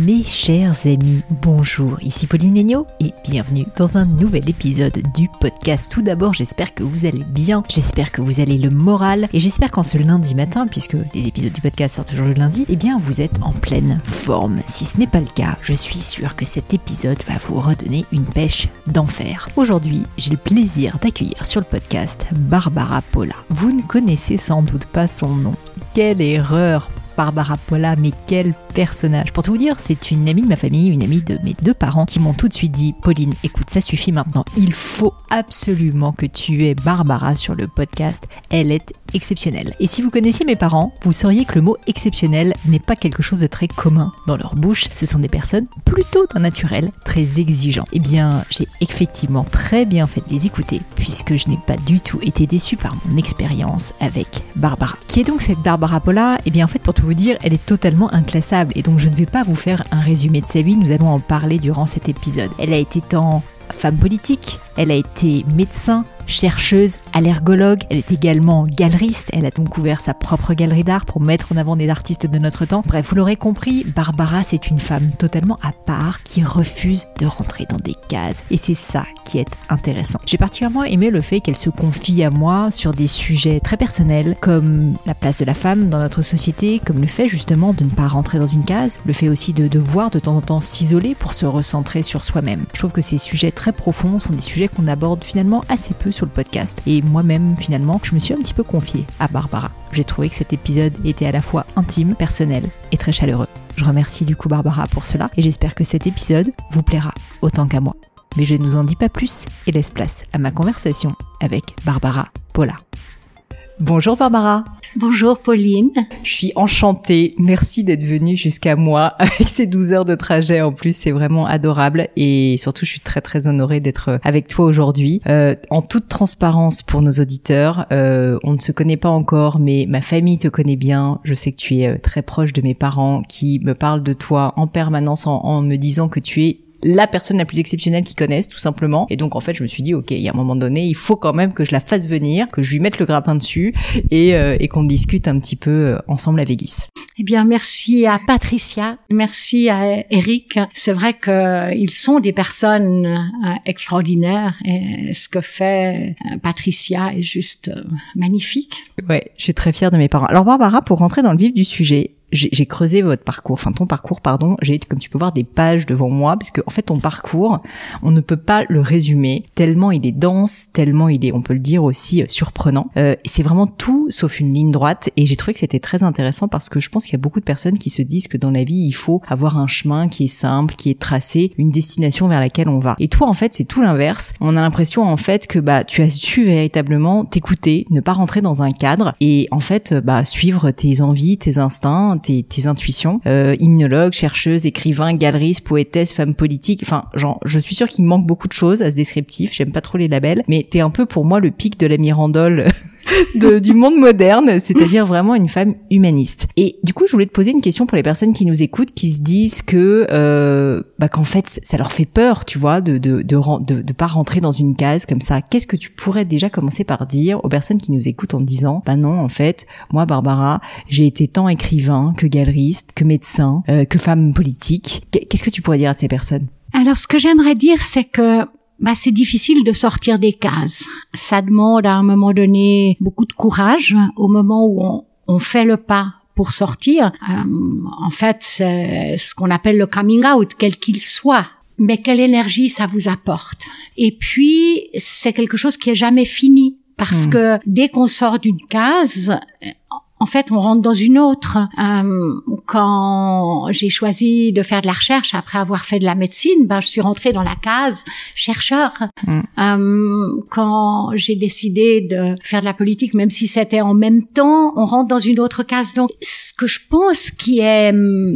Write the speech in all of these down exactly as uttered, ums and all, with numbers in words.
Mes chers amis, bonjour, ici Pauline Legnaud et bienvenue dans un nouvel épisode du podcast. Tout d'abord, j'espère que vous allez bien, j'espère que vous allez le moral et j'espère qu'en ce lundi matin, puisque les épisodes du podcast sortent toujours le lundi, eh bien vous êtes en pleine forme. Si ce n'est pas le cas, je suis sûre que cet épisode va vous redonner une pêche d'enfer. Aujourd'hui, j'ai le plaisir d'accueillir sur le podcast Barbara Pola. Vous ne connaissez sans doute pas son nom. Quelle erreur! Barbara Pola, mais quel personnage. Pour tout vous dire, c'est une amie de ma famille, une amie de mes deux parents qui m'ont tout de suite dit « Pauline, écoute, ça suffit maintenant, il faut absolument que tu aies Barbara sur le podcast, elle est exceptionnelle. » Et si vous connaissiez mes parents, vous sauriez que le mot « exceptionnel » n'est pas quelque chose de très commun dans leur bouche. Ce sont des personnes plutôt d'un naturel très exigeant. Eh bien, j'ai effectivement très bien fait de les écouter, puisque je n'ai pas du tout été déçue par mon expérience avec Barbara. Qui est donc cette Barbara Pola? Eh bien, en fait, pour tout vous dire, elle est totalement inclassable et donc je ne vais pas vous faire un résumé de sa vie, nous allons en parler durant cet épisode. Elle a été tant femme politique, elle a été médecin, chercheuse, allergologue, elle est également galeriste, elle a donc ouvert sa propre galerie d'art pour mettre en avant des artistes de notre temps. Bref, vous l'aurez compris, Barbara c'est une femme totalement à part qui refuse de rentrer dans des cases et c'est ça qui est intéressant. J'ai particulièrement aimé le fait qu'elle se confie à moi sur des sujets très personnels comme la place de la femme dans notre société, comme le fait justement de ne pas rentrer dans une case, le fait aussi de devoir de temps en temps s'isoler pour se recentrer sur soi-même. Je trouve que ces sujets très profonds sont des sujets qu'on aborde finalement assez peu sur le podcast et moi-même finalement je me suis un petit peu confiée à Barbara. J'ai trouvé que cet épisode était à la fois intime, personnel et très chaleureux. Je remercie du coup Barbara pour cela et j'espère que cet épisode vous plaira autant qu'à moi. Mais je ne vous en dis pas plus et laisse place à ma conversation avec Barbara Pola. Bonjour Barbara. Bonjour Pauline. Je suis enchantée, merci d'être venue jusqu'à moi avec ces douze heures de trajet en plus, c'est vraiment adorable et surtout je suis très très honorée d'être avec toi aujourd'hui. Euh, en toute transparence pour nos auditeurs, euh, on ne se connaît pas encore mais ma famille te connaît bien, je sais que tu es très proche de mes parents qui me parlent de toi en permanence en, en me disant que tu es la personne la plus exceptionnelle qu'ils connaissent, tout simplement. Et donc, en fait, je me suis dit, ok, il y a un moment donné, il faut quand même que je la fasse venir, que je lui mette le grappin dessus et, euh, et qu'on discute un petit peu ensemble à Vegas. Eh bien, merci à Patricia, merci à Eric. C'est vrai qu'ils sont des personnes euh, extraordinaires et ce que fait euh, Patricia est juste euh, magnifique. Ouais, je suis très fière de mes parents. Alors, Barbara, pour rentrer dans le vif du sujet, J'ai, j'ai creusé votre parcours, enfin ton parcours, pardon. J'ai, comme tu peux voir, des pages devant moi, parce que en fait ton parcours, on ne peut pas le résumer tellement il est dense, tellement il est, on peut le dire aussi, surprenant. Euh, c'est vraiment tout sauf une ligne droite, et j'ai trouvé que c'était très intéressant parce que je pense qu'il y a beaucoup de personnes qui se disent que dans la vie il faut avoir un chemin qui est simple, qui est tracé, une destination vers laquelle on va. Et toi en fait c'est tout l'inverse. On a l'impression en fait que bah tu as su véritablement t'écouter, ne pas rentrer dans un cadre, et en fait bah suivre tes envies, tes instincts. Tes, tes intuitions, euh, immunologue, chercheuse, écrivain, galeriste, poétesse, femme politique, enfin, genre, je suis sûre qu'il manque beaucoup de choses à ce descriptif, j'aime pas trop les labels, mais t'es un peu pour moi le pic de la Mirandole de, du monde moderne, c'est-à-dire vraiment une femme humaniste. Et du coup, je voulais te poser une question pour les personnes qui nous écoutent, qui se disent que, euh, bah, qu'en fait, ça leur fait peur, tu vois, de, de, de, de, de pas rentrer dans une case comme ça. Qu'est-ce que tu pourrais déjà commencer par dire aux personnes qui nous écoutent en disant, bah non, en fait, moi, Barbara, j'ai été tant écrivain que galeriste, que médecin, euh, que femme politique. Qu'est-ce que tu pourrais dire à ces personnes? Alors, ce que j'aimerais dire, c'est que bah, c'est difficile de sortir des cases. Ça demande à un moment donné beaucoup de courage au moment où on, on fait le pas pour sortir. Euh, en fait, c'est ce qu'on appelle le coming out, quel qu'il soit. Mais quelle énergie ça vous apporte. Et puis, c'est quelque chose qui est jamais fini. Parce mmh. que dès qu'on sort d'une case, en fait, on rentre dans une autre. Euh, quand j'ai choisi de faire de la recherche après avoir fait de la médecine, ben je suis rentrée dans la case chercheur. Mm. Euh, quand j'ai décidé de faire de la politique, même si c'était en même temps, on rentre dans une autre case. Donc, ce que je pense qui est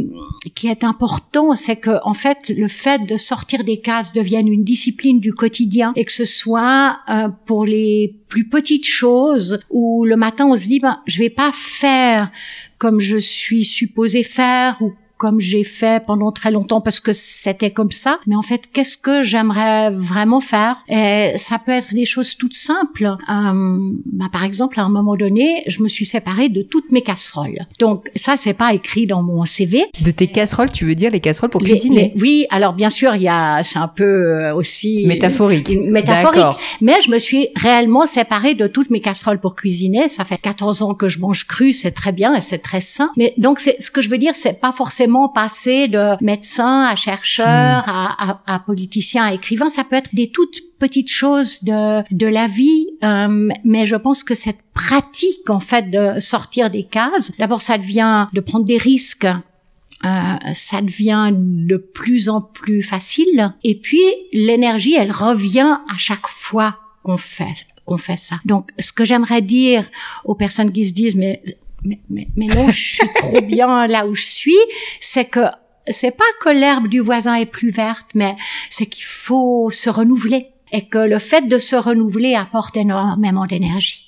qui est important, c'est que en fait, le fait de sortir des cases devienne une discipline du quotidien et que ce soit euh, pour les plus petites choses où le matin on se dit ben je vais pas faire comme je suis supposée faire ou comme j'ai fait pendant très longtemps parce que c'était comme ça. Mais en fait, qu'est-ce que j'aimerais vraiment faire? Et ça peut être des choses toutes simples. Euh, bah, par exemple, à un moment donné, je me suis séparée de toutes mes casseroles. Donc ça, c'est pas écrit dans mon C V. De tes casseroles, tu veux dire les casseroles pour Les, cuisiner? les, oui, alors bien sûr, il y a, c'est un peu aussi métaphorique. Métaphorique. D'accord. Mais je me suis réellement séparée de toutes mes casseroles pour cuisiner. Ça fait quatorze ans que je mange cru, c'est très bien et c'est très sain. Mais donc, c'est, ce que je veux dire, c'est pas forcément passer de médecin à chercheur, mmh. à, à, à politicien, à écrivain. Ça peut être des toutes petites choses de de la vie, euh, mais je pense que cette pratique, en fait, de sortir des cases, d'abord, ça devient de prendre des risques. Euh, ça devient de plus en plus facile. Et puis, l'énergie, elle revient à chaque fois qu'on fait qu'on fait ça. Donc, ce que j'aimerais dire aux personnes qui se disent, mais Mais, mais, mais non, je suis trop bien là où je suis, c'est que c'est pas que l'herbe du voisin est plus verte, mais c'est qu'il faut se renouveler et que le fait de se renouveler apporte énormément d'énergie.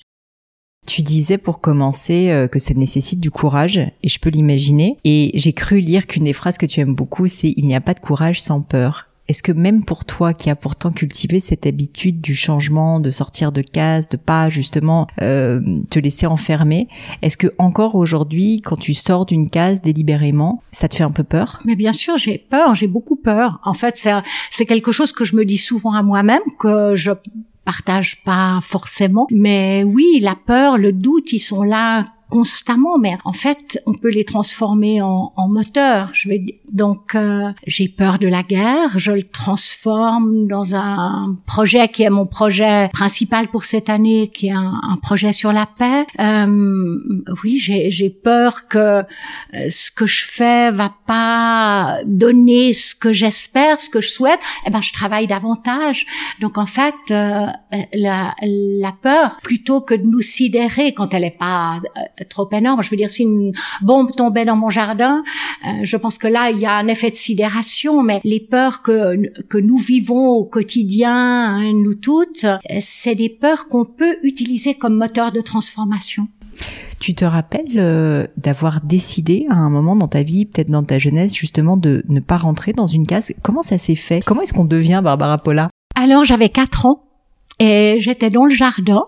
Tu disais pour commencer euh, que ça nécessite du courage, et je peux l'imaginer, et j'ai cru lire qu'une des phrases que tu aimes beaucoup, c'est « Il n'y a pas de courage sans peur ». Est-ce que même pour toi qui as pourtant cultivé cette habitude du changement, de sortir de case, de pas justement euh, te laisser enfermer, est-ce que encore aujourd'hui, quand tu sors d'une case délibérément, ça te fait un peu peur? Mais bien sûr, j'ai peur, j'ai beaucoup peur. En fait, c'est, c'est quelque chose que je me dis souvent à moi-même, que je partage pas forcément. Mais oui, la peur, le doute, ils sont là constamment, mais en fait, on peut les transformer en, en moteur. Je vais donc euh, j'ai peur de la guerre, je le transforme dans un projet qui est mon projet principal pour cette année, qui est un, un projet sur la paix. Euh, oui, j'ai, j'ai peur que ce que je fais va pas donner ce que j'espère, ce que je souhaite. Eh ben, je travaille davantage. Donc en fait, euh, la, la peur, plutôt que de nous sidérer quand elle est pas euh, trop énorme. Je veux dire, si une bombe tombait dans mon jardin, euh, je pense que là, il y a un effet de sidération, mais les peurs que, que nous vivons au quotidien, hein, nous toutes, c'est des peurs qu'on peut utiliser comme moteur de transformation. Tu te rappelles euh, d'avoir décidé à un moment dans ta vie, peut-être dans ta jeunesse, justement de ne pas rentrer dans une case? Comment ça s'est fait? Comment est-ce qu'on devient Barbara Polla? Alors, j'avais quatre ans et j'étais dans le jardin.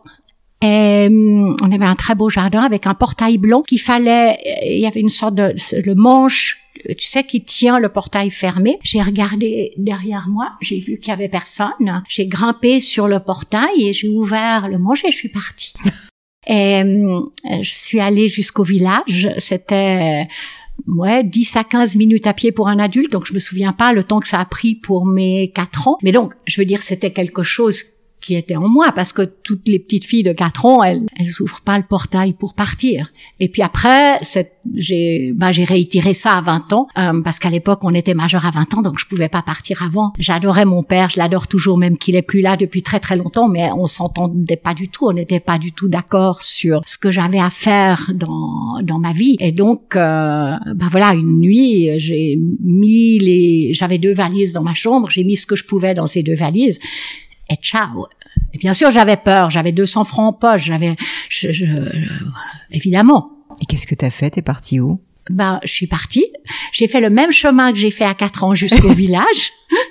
Et on avait un très beau jardin avec un portail blanc qu'il fallait, il y avait une sorte de, le manche, tu sais, qui tient le portail fermé. J'ai regardé derrière moi, j'ai vu qu'il y avait personne. J'ai grimpé sur le portail et j'ai ouvert le manche et je suis partie. Et je suis allée jusqu'au village. C'était, ouais, dix à quinze minutes à pied pour un adulte. Donc je me souviens pas le temps que ça a pris pour mes quatre ans. Mais donc, je veux dire, c'était quelque chose qui était en moi, parce que toutes les petites filles de quatre ans, elles, elles ouvrent pas le portail pour partir. Et puis après, c'est, j'ai, bah, j'ai réitéré ça à vingt ans, euh, parce qu'à l'époque, on était majeur à vingt ans, donc je pouvais pas partir avant. J'adorais mon père, je l'adore toujours, même qu'il est plus là depuis très très longtemps, mais on s'entendait pas du tout, on n'était pas du tout d'accord sur ce que j'avais à faire dans, dans ma vie. Et donc, euh, bah voilà, une nuit, j'ai mis les, j'avais deux valises dans ma chambre, j'ai mis ce que je pouvais dans ces deux valises. Et ciao. Et bien sûr, j'avais peur. J'avais deux cents francs en poche. J'avais, je, je, évidemment. Et qu'est-ce que t'as fait? T'es partie où? Ben, je suis partie. J'ai fait le même chemin que j'ai fait à quatre ans jusqu'au village.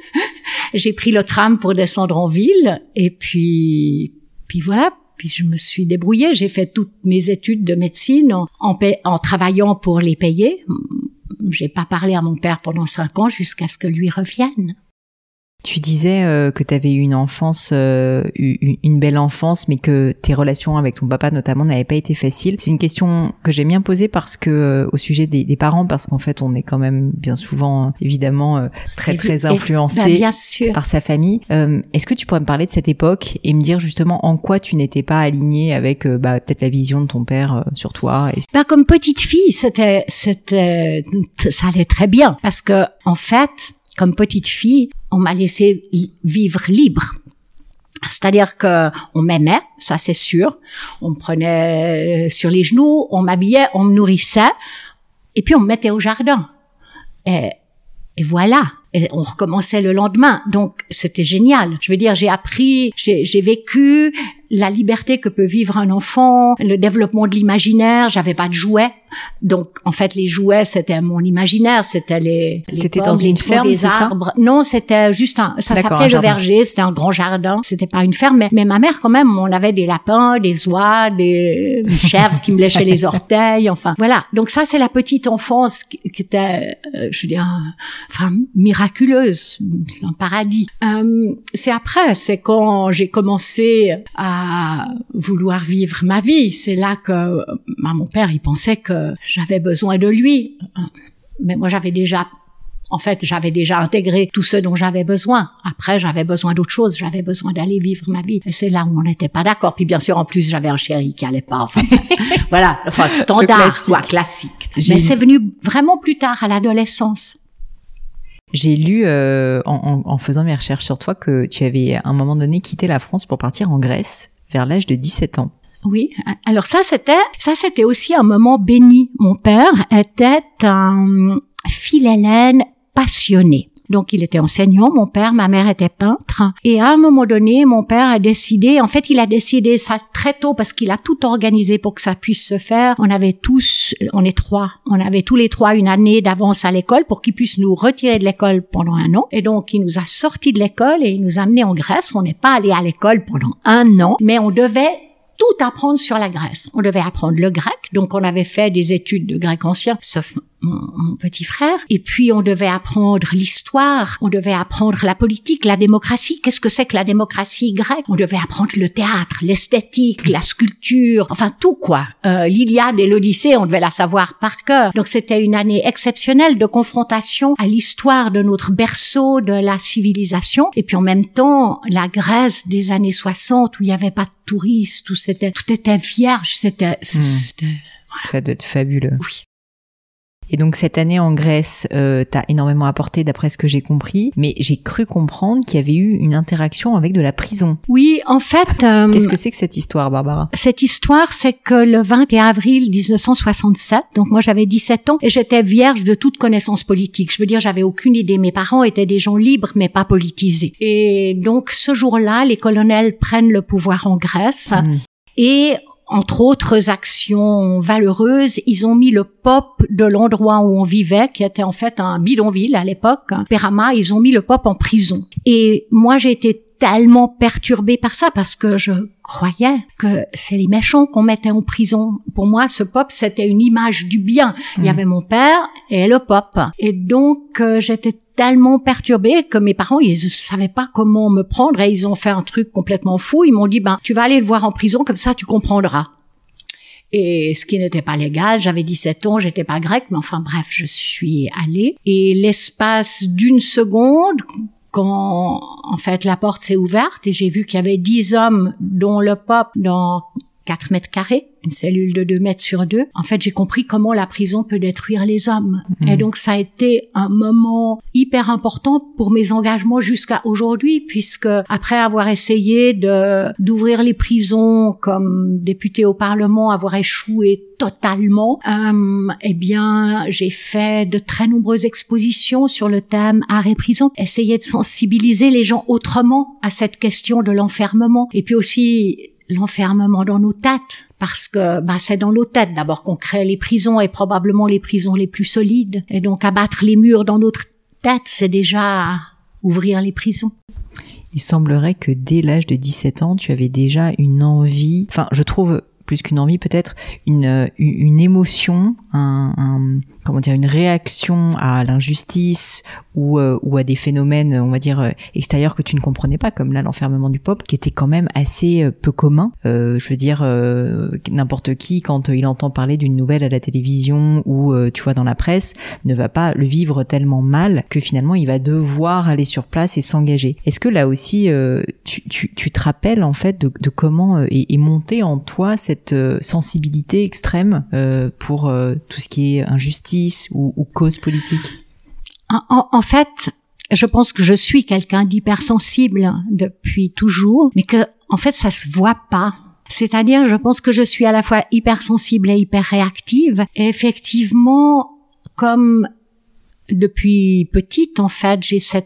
J'ai pris le tram pour descendre en ville. Et puis, puis voilà. Puis je me suis débrouillée. J'ai fait toutes mes études de médecine en, en, paie, en travaillant pour les payer. J'ai pas parlé à mon père pendant cinq ans jusqu'à ce que lui revienne. Tu disais euh, que tu avais eu une enfance, euh, une belle enfance, mais que tes relations avec ton papa notamment n'avaient pas été faciles. C'est une question que j'aime bien poser parce que euh, au sujet des, des parents, parce qu'en fait on est quand même bien souvent euh, évidemment euh, très très influencé ben, bien sûr. par sa famille. Euh, est-ce que tu pourrais me parler de cette époque et me dire justement en quoi tu n'étais pas alignée avec euh, bah, peut-être la vision de ton père euh, sur toi? Et... Ben, comme petite fille, c'était, c'était, ça allait très bien parce que en fait, comme petite fille, on m'a laissé vivre libre. C'est-à-dire que on m'aimait, ça c'est sûr. On me prenait sur les genoux, on m'habillait, on me nourrissait, et puis on me mettait au jardin. Et, et voilà. Et on recommençait le lendemain. Donc c'était génial. Je veux dire, j'ai appris, j'ai, j'ai vécu la liberté que peut vivre un enfant, le développement de l'imaginaire. J'avais pas de jouets. Donc, en fait, les jouets, c'était mon imaginaire, c'était les, les T'étais pommes, dans une les ferme, des c'est ça? arbres. Non, c'était juste un, ça D'accord, s'appelait un le jardin. verger, c'était un grand jardin. C'était pas une ferme, mais, mais ma mère, quand même, on avait des lapins, des oies, des chèvres qui me léchaient les orteils, enfin, voilà. Donc ça, c'est la petite enfance qui, qui était, euh, je veux dire, enfin, miraculeuse. C'est un paradis. Euh, c'est après, c'est quand j'ai commencé à vouloir vivre ma vie. C'est là que, bah, mon père, il pensait que j'avais besoin de lui. Mais moi, j'avais déjà, en fait, j'avais déjà intégré tout ce dont j'avais besoin. Après, j'avais besoin d'autre chose. J'avais besoin d'aller vivre ma vie. Et c'est là où on n'était pas d'accord. Puis bien sûr, en plus, j'avais un chéri qui allait pas. Enfin, voilà. Enfin, standard, quoi, classique. J'ai... Mais c'est venu vraiment plus tard, à l'adolescence. J'ai lu, euh, en, en, en faisant mes recherches sur toi, que tu avais, à un moment donné, quitté la France pour partir en Grèce vers l'âge de dix-sept ans. Oui, alors ça c'était ça c'était aussi un moment béni. Mon père était un philhellène passionné. Donc il était enseignant, mon père, ma mère était peintre. Et à un moment donné, mon père a décidé, en fait il a décidé ça très tôt parce qu'il a tout organisé pour que ça puisse se faire. On avait tous, on est trois, on avait tous les trois une année d'avance à l'école pour qu'il puisse nous retirer de l'école pendant un an. Et donc il nous a sortis de l'école et il nous a amenés en Grèce. On n'est pas allé à l'école pendant un an, mais on devait tout apprendre sur la Grèce. On devait apprendre le grec, donc on avait fait des études de grec ancien, sauf mon, mon petit frère. Et puis on devait apprendre l'histoire, on devait apprendre la politique, la démocratie. Qu'est-ce que c'est que la démocratie grecque? On devait apprendre le théâtre, l'esthétique, la sculpture, enfin tout quoi. Euh, L'Iliade et l'Odyssée, on devait la savoir par cœur. Donc c'était une année exceptionnelle de confrontation à l'histoire de notre berceau, de la civilisation. Et puis en même temps, la Grèce des années soixante où il n'y avait pas de touristes, où c'était, tout était vierge, c'était, Mmh. c'était, voilà. Ça doit être fabuleux. Oui. Et donc cette année en Grèce, euh, t'as énormément apporté d'après ce que j'ai compris, mais j'ai cru comprendre qu'il y avait eu une interaction avec de la prison. Oui, en fait... Euh, Qu'est-ce que c'est que cette histoire, Barbara? Cette histoire, c'est que le vingt et un avril dix-neuf cent soixante-sept, donc moi j'avais dix-sept ans, et j'étais vierge de toute connaissance politique. Je veux dire, j'avais aucune idée. Mes parents étaient des gens libres, mais pas politisés. Et donc ce jour-là, les colonels prennent le pouvoir en Grèce, mmh. et... entre autres actions valeureuses, ils ont mis le pop de l'endroit où on vivait, qui était en fait un bidonville à l'époque, hein, Pérama, ils ont mis le pop en prison. Et moi, j'ai été tellement perturbée par ça parce que je croyais que c'est les méchants qu'on mettait en prison. Pour moi, ce pop, c'était une image du bien. Mmh. Il y avait mon père et le pop. Et donc, euh, j'étais tellement perturbée que mes parents, ils savaient pas comment me prendre et ils ont fait un truc complètement fou. Ils m'ont dit, ben, tu vas aller le voir en prison, comme ça tu comprendras. Et ce qui n'était pas légal, j'avais dix-sept ans, j'étais pas grecque, mais enfin bref, je suis allée. Et l'espace d'une seconde, quand en fait la porte s'est ouverte et j'ai vu qu'il y avait dix hommes, dont le pop dans quatre mètres carrés, une cellule de deux mètres sur deux. En fait, j'ai compris comment la prison peut détruire les hommes. Mmh. Et donc, ça a été un moment hyper important pour mes engagements jusqu'à aujourd'hui, puisque après avoir essayé de d'ouvrir les prisons comme députée au Parlement, avoir échoué totalement, euh, eh bien, j'ai fait de très nombreuses expositions sur le thème art et prison, essayer de sensibiliser les gens autrement à cette question de l'enfermement, et puis aussi l'enfermement dans nos têtes, parce que bah, c'est dans nos têtes d'abord qu'on crée les prisons, et probablement les prisons les plus solides. Et donc abattre les murs dans notre tête, c'est déjà ouvrir les prisons. Il semblerait que dès l'âge de dix-sept ans, tu avais déjà une envie, enfin je trouve plus qu'une envie peut-être, une, une émotion, un, un, comment dire, une réaction à l'injustice ou, euh, ou à des phénomènes, on va dire, euh, extérieurs que tu ne comprenais pas, comme là l'enfermement du pop, qui était quand même assez euh, peu commun. Euh, je veux dire, euh, n'importe qui, quand euh, il entend parler d'une nouvelle à la télévision ou, euh, tu vois, dans la presse, ne va pas le vivre tellement mal que finalement il va devoir aller sur place et s'engager. Est-ce que là aussi, euh, tu, tu, tu te rappelles en fait de, de comment euh, est, est montée en toi cette cette sensibilité extrême euh, pour euh, tout ce qui est injustice ou, ou cause politique? En, en, en fait, je pense que je suis quelqu'un d'hypersensible depuis toujours, mais que en fait ça se voit pas. C'est-à-dire, je pense que je suis à la fois hypersensible et hyper réactive. Et effectivement, comme depuis petite, en fait, j'ai cette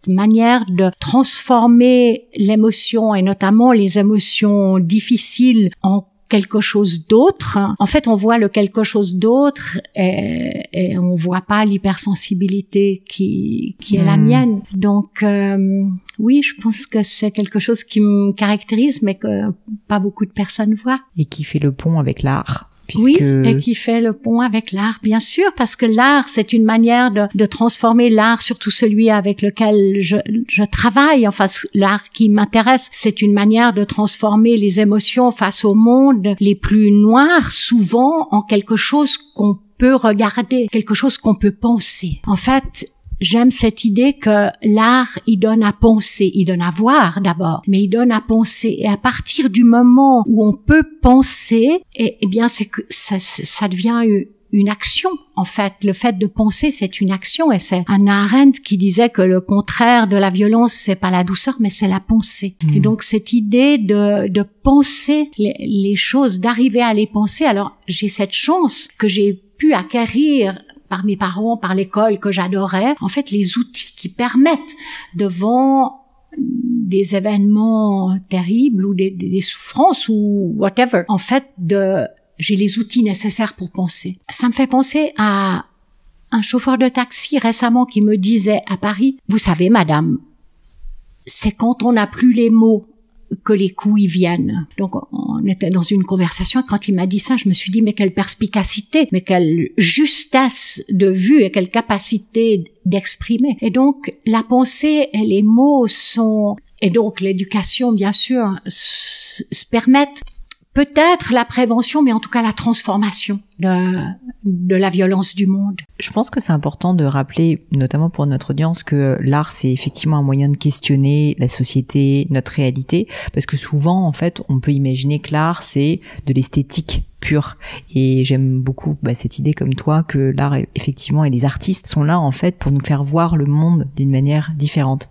manière de transformer l'émotion et notamment les émotions difficiles en quelque chose d'autre. En fait, on voit le quelque chose d'autre et, et on voit pas l'hypersensibilité qui qui est mmh. la mienne. Donc euh, oui, je pense que c'est quelque chose qui me caractérise, mais que pas beaucoup de personnes voient. Et qui fait le pont avec l'art. Puisque... Oui, et qui fait le pont avec l'art, bien sûr, parce que l'art, c'est une manière de, de transformer l'art, surtout celui avec lequel je, je travaille, enfin, l'art qui m'intéresse, c'est une manière de transformer les émotions face au monde les plus noirs, souvent en quelque chose qu'on peut regarder, quelque chose qu'on peut penser. En fait, j'aime cette idée que l'art, il donne à penser, il donne à voir d'abord, mais il donne à penser. Et à partir du moment où on peut penser, eh, eh bien, c'est que ça, ça devient une action. En fait, le fait de penser, c'est une action. Et c'est Hannah Arendt qui disait que le contraire de la violence, c'est pas la douceur, mais c'est la pensée. Mmh. Et donc, cette idée de, de penser les, les choses, d'arriver à les penser. Alors, j'ai cette chance que j'ai pu acquérir par mes parents, par l'école que j'adorais, en fait, les outils qui permettent, devant des événements terribles ou des, des souffrances ou whatever, en fait, de, j'ai les outils nécessaires pour penser. Ça me fait penser à un chauffeur de taxi récemment qui me disait à Paris, « Vous savez, madame, c'est quand on n'a plus les mots que les coups y viennent. » Donc on était dans une conversation, quand il m'a dit ça, je me suis dit mais quelle perspicacité, mais quelle justesse de vue et quelle capacité d'exprimer. Et donc la pensée et les mots sont, et donc l'éducation bien sûr, se, se permettent peut-être la prévention, mais en tout cas la transformation de, de la violence du monde. Je pense que c'est important de rappeler, notamment pour notre audience, que l'art, c'est effectivement un moyen de questionner la société, notre réalité, parce que souvent, en fait, on peut imaginer que l'art, c'est de l'esthétique pure. Et j'aime beaucoup bah, cette idée comme toi que l'art, effectivement, et les artistes sont là, en fait, pour nous faire voir le monde d'une manière différente.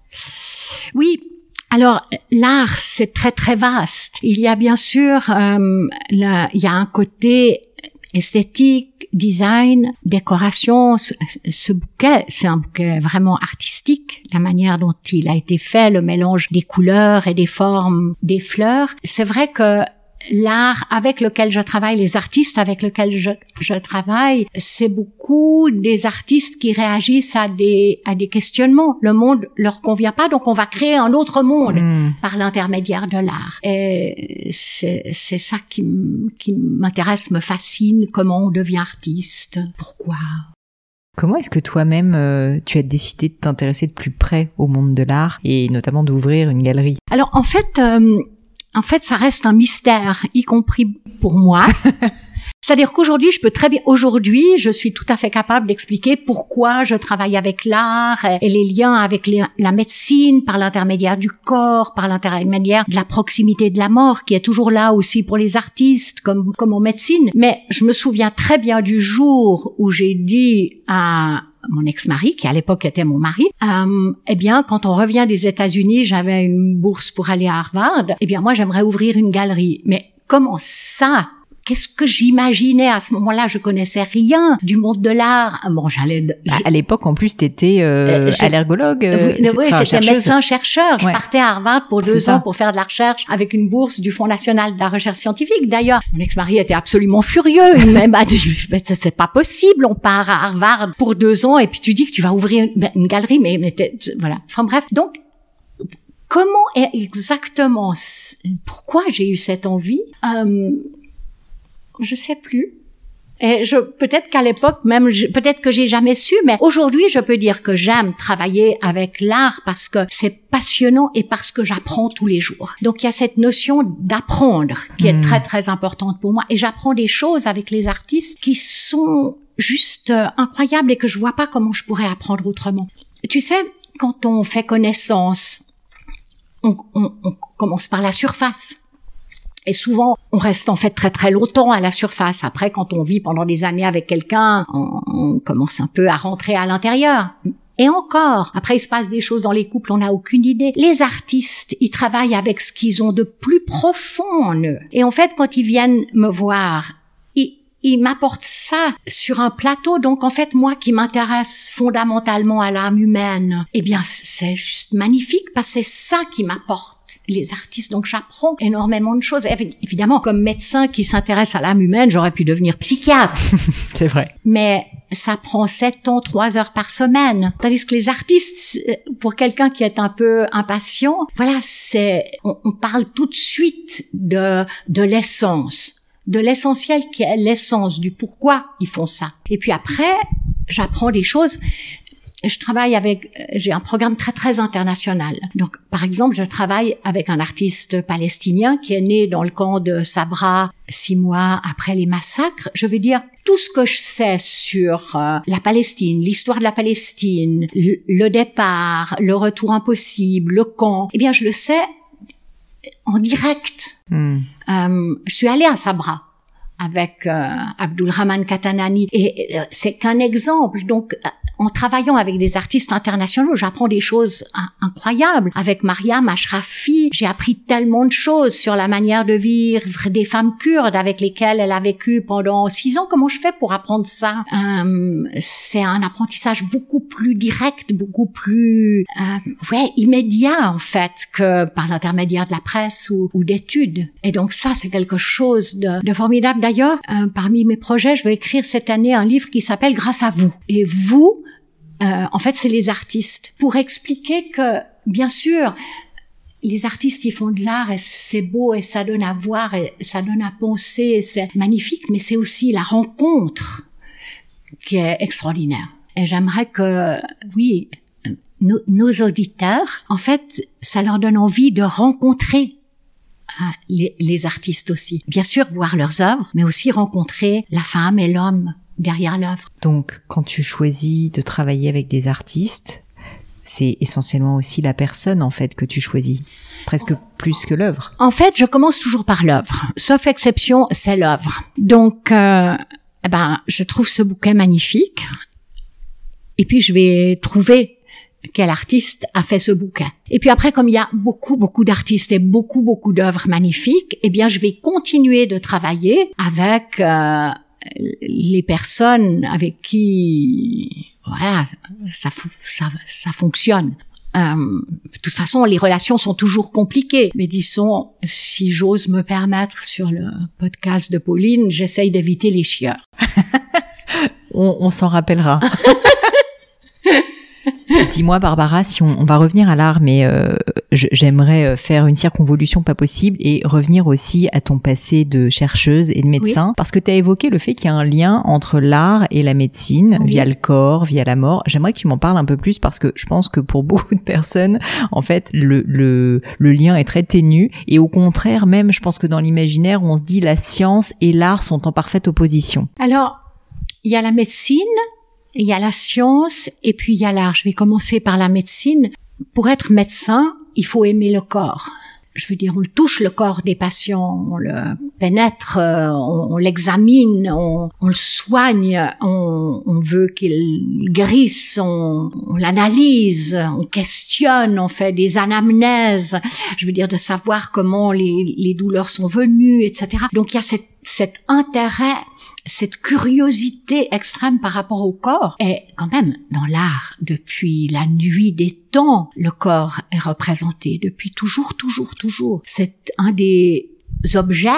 Oui. Alors, l'art, c'est très très vaste. Il y a bien sûr, euh, là, il y a un côté esthétique, design, décoration. Ce, ce bouquet, c'est un bouquet vraiment artistique. La manière dont il a été fait, le mélange des couleurs et des formes des fleurs. C'est vrai que l'art avec lequel je travaille, les artistes avec lesquels je, je travaille, c'est beaucoup des artistes qui réagissent à des, à des questionnements. Le monde leur convient pas, donc on va créer un autre monde mmh. par l'intermédiaire de l'art. Et c'est, c'est ça qui, qui m'intéresse, me fascine, comment on devient artiste, pourquoi. Comment est-ce que toi-même, euh, tu as décidé de t'intéresser de plus près au monde de l'art et notamment d'ouvrir une galerie? Alors en fait... Euh, En fait, ça reste un mystère, y compris pour moi. C'est-à-dire qu'aujourd'hui, je peux très bien, aujourd'hui, je suis tout à fait capable d'expliquer pourquoi je travaille avec l'art et les liens avec les, la médecine par l'intermédiaire du corps, par l'intermédiaire de la proximité de la mort, qui est toujours là aussi pour les artistes, comme, comme en médecine. Mais je me souviens très bien du jour où j'ai dit à mon ex-mari, qui à l'époque était mon mari, euh, eh bien, quand on revient des États-Unis, j'avais une bourse pour aller à Harvard, eh bien, moi, j'aimerais ouvrir une galerie. Mais comment ça? Qu'est-ce que j'imaginais à ce moment-là? Je connaissais rien du monde de l'art. Bon, j'allais... À l'époque, en plus, t'étais euh, euh, allergologue. Euh, oui, oui j'étais médecin-chercheur. Je ouais. partais à Harvard pour deux ans pour faire de la recherche avec une bourse du Fonds national de la recherche scientifique. D'ailleurs, mon ex-mari était absolument furieux. Il m'a dit, c'est pas possible, on part à Harvard pour deux ans et puis tu dis que tu vas ouvrir une, une galerie. Mais, mais voilà. Enfin bref, donc... Comment est exactement... Pourquoi j'ai eu cette envie euh, je sais plus. Et je, peut-être qu'à l'époque même, je, peut-être que j'ai jamais su, mais aujourd'hui, je peux dire que j'aime travailler avec l'art parce que c'est passionnant et parce que j'apprends tous les jours. Donc, il y a cette notion d'apprendre qui est mmh. très, très importante pour moi. Et j'apprends des choses avec les artistes qui sont juste euh, incroyables et que je vois pas comment je pourrais apprendre autrement. Tu sais, quand on fait connaissance, on, on, on commence par la surface. Et souvent, on reste en fait très très longtemps à la surface. Après, quand on vit pendant des années avec quelqu'un, on, on commence un peu à rentrer à l'intérieur. Et encore, après il se passe des choses dans les couples, on n'a aucune idée. Les artistes, ils travaillent avec ce qu'ils ont de plus profond en eux. Et en fait, quand ils viennent me voir, ils, il m'apporte ça sur un plateau. Donc, en fait, moi qui m'intéresse fondamentalement à l'âme humaine, eh bien, c'est juste magnifique parce que c'est ça qui m'apporte les artistes. Donc, j'apprends énormément de choses. Évidemment, comme médecin qui s'intéresse à l'âme humaine, j'aurais pu devenir psychiatre. C'est vrai. Mais ça prend sept ans, trois heures par semaine. Tandis que les artistes, pour quelqu'un qui est un peu impatient, voilà, c'est, on, on parle tout de suite de, de l'essence, de l'essentiel qui est l'essence du pourquoi ils font ça. Et puis après, j'apprends des choses. Je travaille avec, j'ai un programme très très international. Donc, par exemple, je travaille avec un artiste palestinien qui est né dans le camp de Sabra six mois après les massacres. Je veux dire, tout ce que je sais sur euh, la Palestine, l'histoire de la Palestine, le, le départ, le retour impossible, le camp, eh bien, je le sais en direct. Mm. Euh, je suis allée à Sabra avec euh, Abdulrahman Katanani et euh, c'est qu'un exemple. Donc, euh, en travaillant avec des artistes internationaux, j'apprends des choses incroyables. Avec Mariam Ashrafi, j'ai appris tellement de choses sur la manière de vivre des femmes kurdes avec lesquelles elle a vécu pendant six ans. Comment je fais pour apprendre ça? euh, C'est un apprentissage beaucoup plus direct, beaucoup plus euh, ouais immédiat en fait que par l'intermédiaire de la presse ou, ou d'études. Et donc ça, c'est quelque chose de, de formidable. D'ailleurs, euh, parmi mes projets, je vais écrire cette année un livre qui s'appelle Grâce à vous. Et vous, Euh, en fait, c'est les artistes. Pour expliquer que, bien sûr, les artistes, ils font de l'art et c'est beau et ça donne à voir et ça donne à penser et c'est magnifique, mais c'est aussi la rencontre qui est extraordinaire. Et j'aimerais que, oui, nos, nos auditeurs, en fait, ça leur donne envie de rencontrer hein, les, les artistes aussi. Bien sûr, voir leurs œuvres, mais aussi rencontrer la femme et l'homme derrière l'œuvre. Donc, quand tu choisis de travailler avec des artistes, c'est essentiellement aussi la personne, en fait, que tu choisis, presque plus que l'œuvre. En fait, je commence toujours par l'œuvre. Sauf exception, c'est l'œuvre. Donc, euh, eh ben, je trouve ce bouquet magnifique. Et puis, je vais trouver quel artiste a fait ce bouquet. Et puis après, comme il y a beaucoup, beaucoup d'artistes et beaucoup, beaucoup d'œuvres magnifiques, eh bien, je vais continuer de travailler avec euh, les personnes avec qui, voilà, ça, ça, ça fonctionne. Euh, de toute façon, les relations sont toujours compliquées. Mais disons, si j'ose me permettre sur le podcast de Pauline, j'essaye d'éviter les chieurs. on, on s'en rappellera. Dis-moi Barbara, si on, on va revenir à l'art, mais euh, je, j'aimerais faire une circonvolution pas possible et revenir aussi à ton passé de chercheuse et de médecin, oui. Parce que tu as évoqué le fait qu'il y a un lien entre l'art et la médecine, oui. Via le corps, via la mort. J'aimerais que tu m'en parles un peu plus parce que je pense que pour beaucoup de personnes, en fait, le, le, le lien est très ténu et au contraire, même, je pense que dans l'imaginaire, on se dit la science et l'art sont en parfaite opposition. Alors, il y a la médecine, il y a la science et puis il y a l'art. Je vais commencer par la médecine. Pour être médecin, il faut aimer le corps. Je veux dire, on touche le corps des patients, on le pénètre, on, on l'examine, on, on le soigne, on, on veut qu'il guérisse, on, on l'analyse, on questionne, on fait des anamnèses. Je veux dire, de savoir comment les, les douleurs sont venues, et cetera. Donc il y a cette, cet intérêt, cette curiosité extrême par rapport au corps. Et quand même, dans l'art, depuis la nuit des temps, le corps est représenté. Depuis toujours, toujours, toujours. C'est un des objets,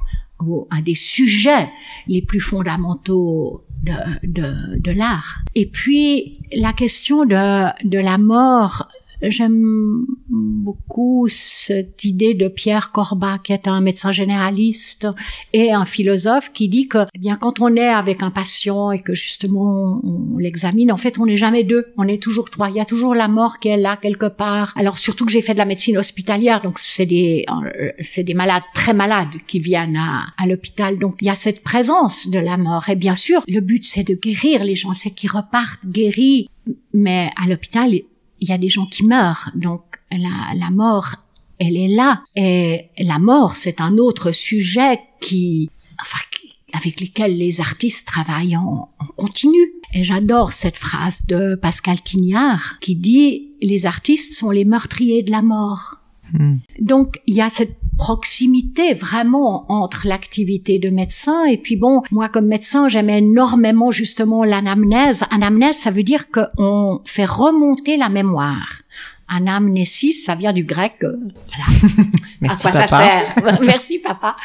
ou un des sujets les plus fondamentaux de, de, de l'art. Et puis, la question de, de la mort, j'aime beaucoup cette idée de Pierre Corbat, qui est un médecin généraliste et un philosophe, qui dit que, eh bien, quand on est avec un patient et que justement on l'examine, en fait, on n'est jamais deux, on est toujours trois. Il y a toujours la mort qui est là quelque part. Alors surtout que j'ai fait de la médecine hospitalière, donc c'est des euh, c'est des malades très malades qui viennent à, à l'hôpital. Donc il y a cette présence de la mort. Et bien sûr, le but c'est de guérir les gens, c'est qu'ils repartent guéris. Mais à l'hôpital, il y a des gens qui meurent, donc la, la mort, elle est là. Et la mort, c'est un autre sujet qui, enfin, avec lequel les artistes travaillent en, en continu. Et j'adore cette phrase de Pascal Quignard qui dit « Les artistes sont les meurtriers de la mort ». Mmh. Donc, il y a cette proximité vraiment entre l'activité de médecin et puis bon, moi comme médecin, j'aime énormément justement l'anamnèse. Anamnèse, ça veut dire qu'on fait remonter la mémoire. Anamnésis, ça vient du grec. Euh, voilà. Merci, à quoi papa. ça sert? Merci papa.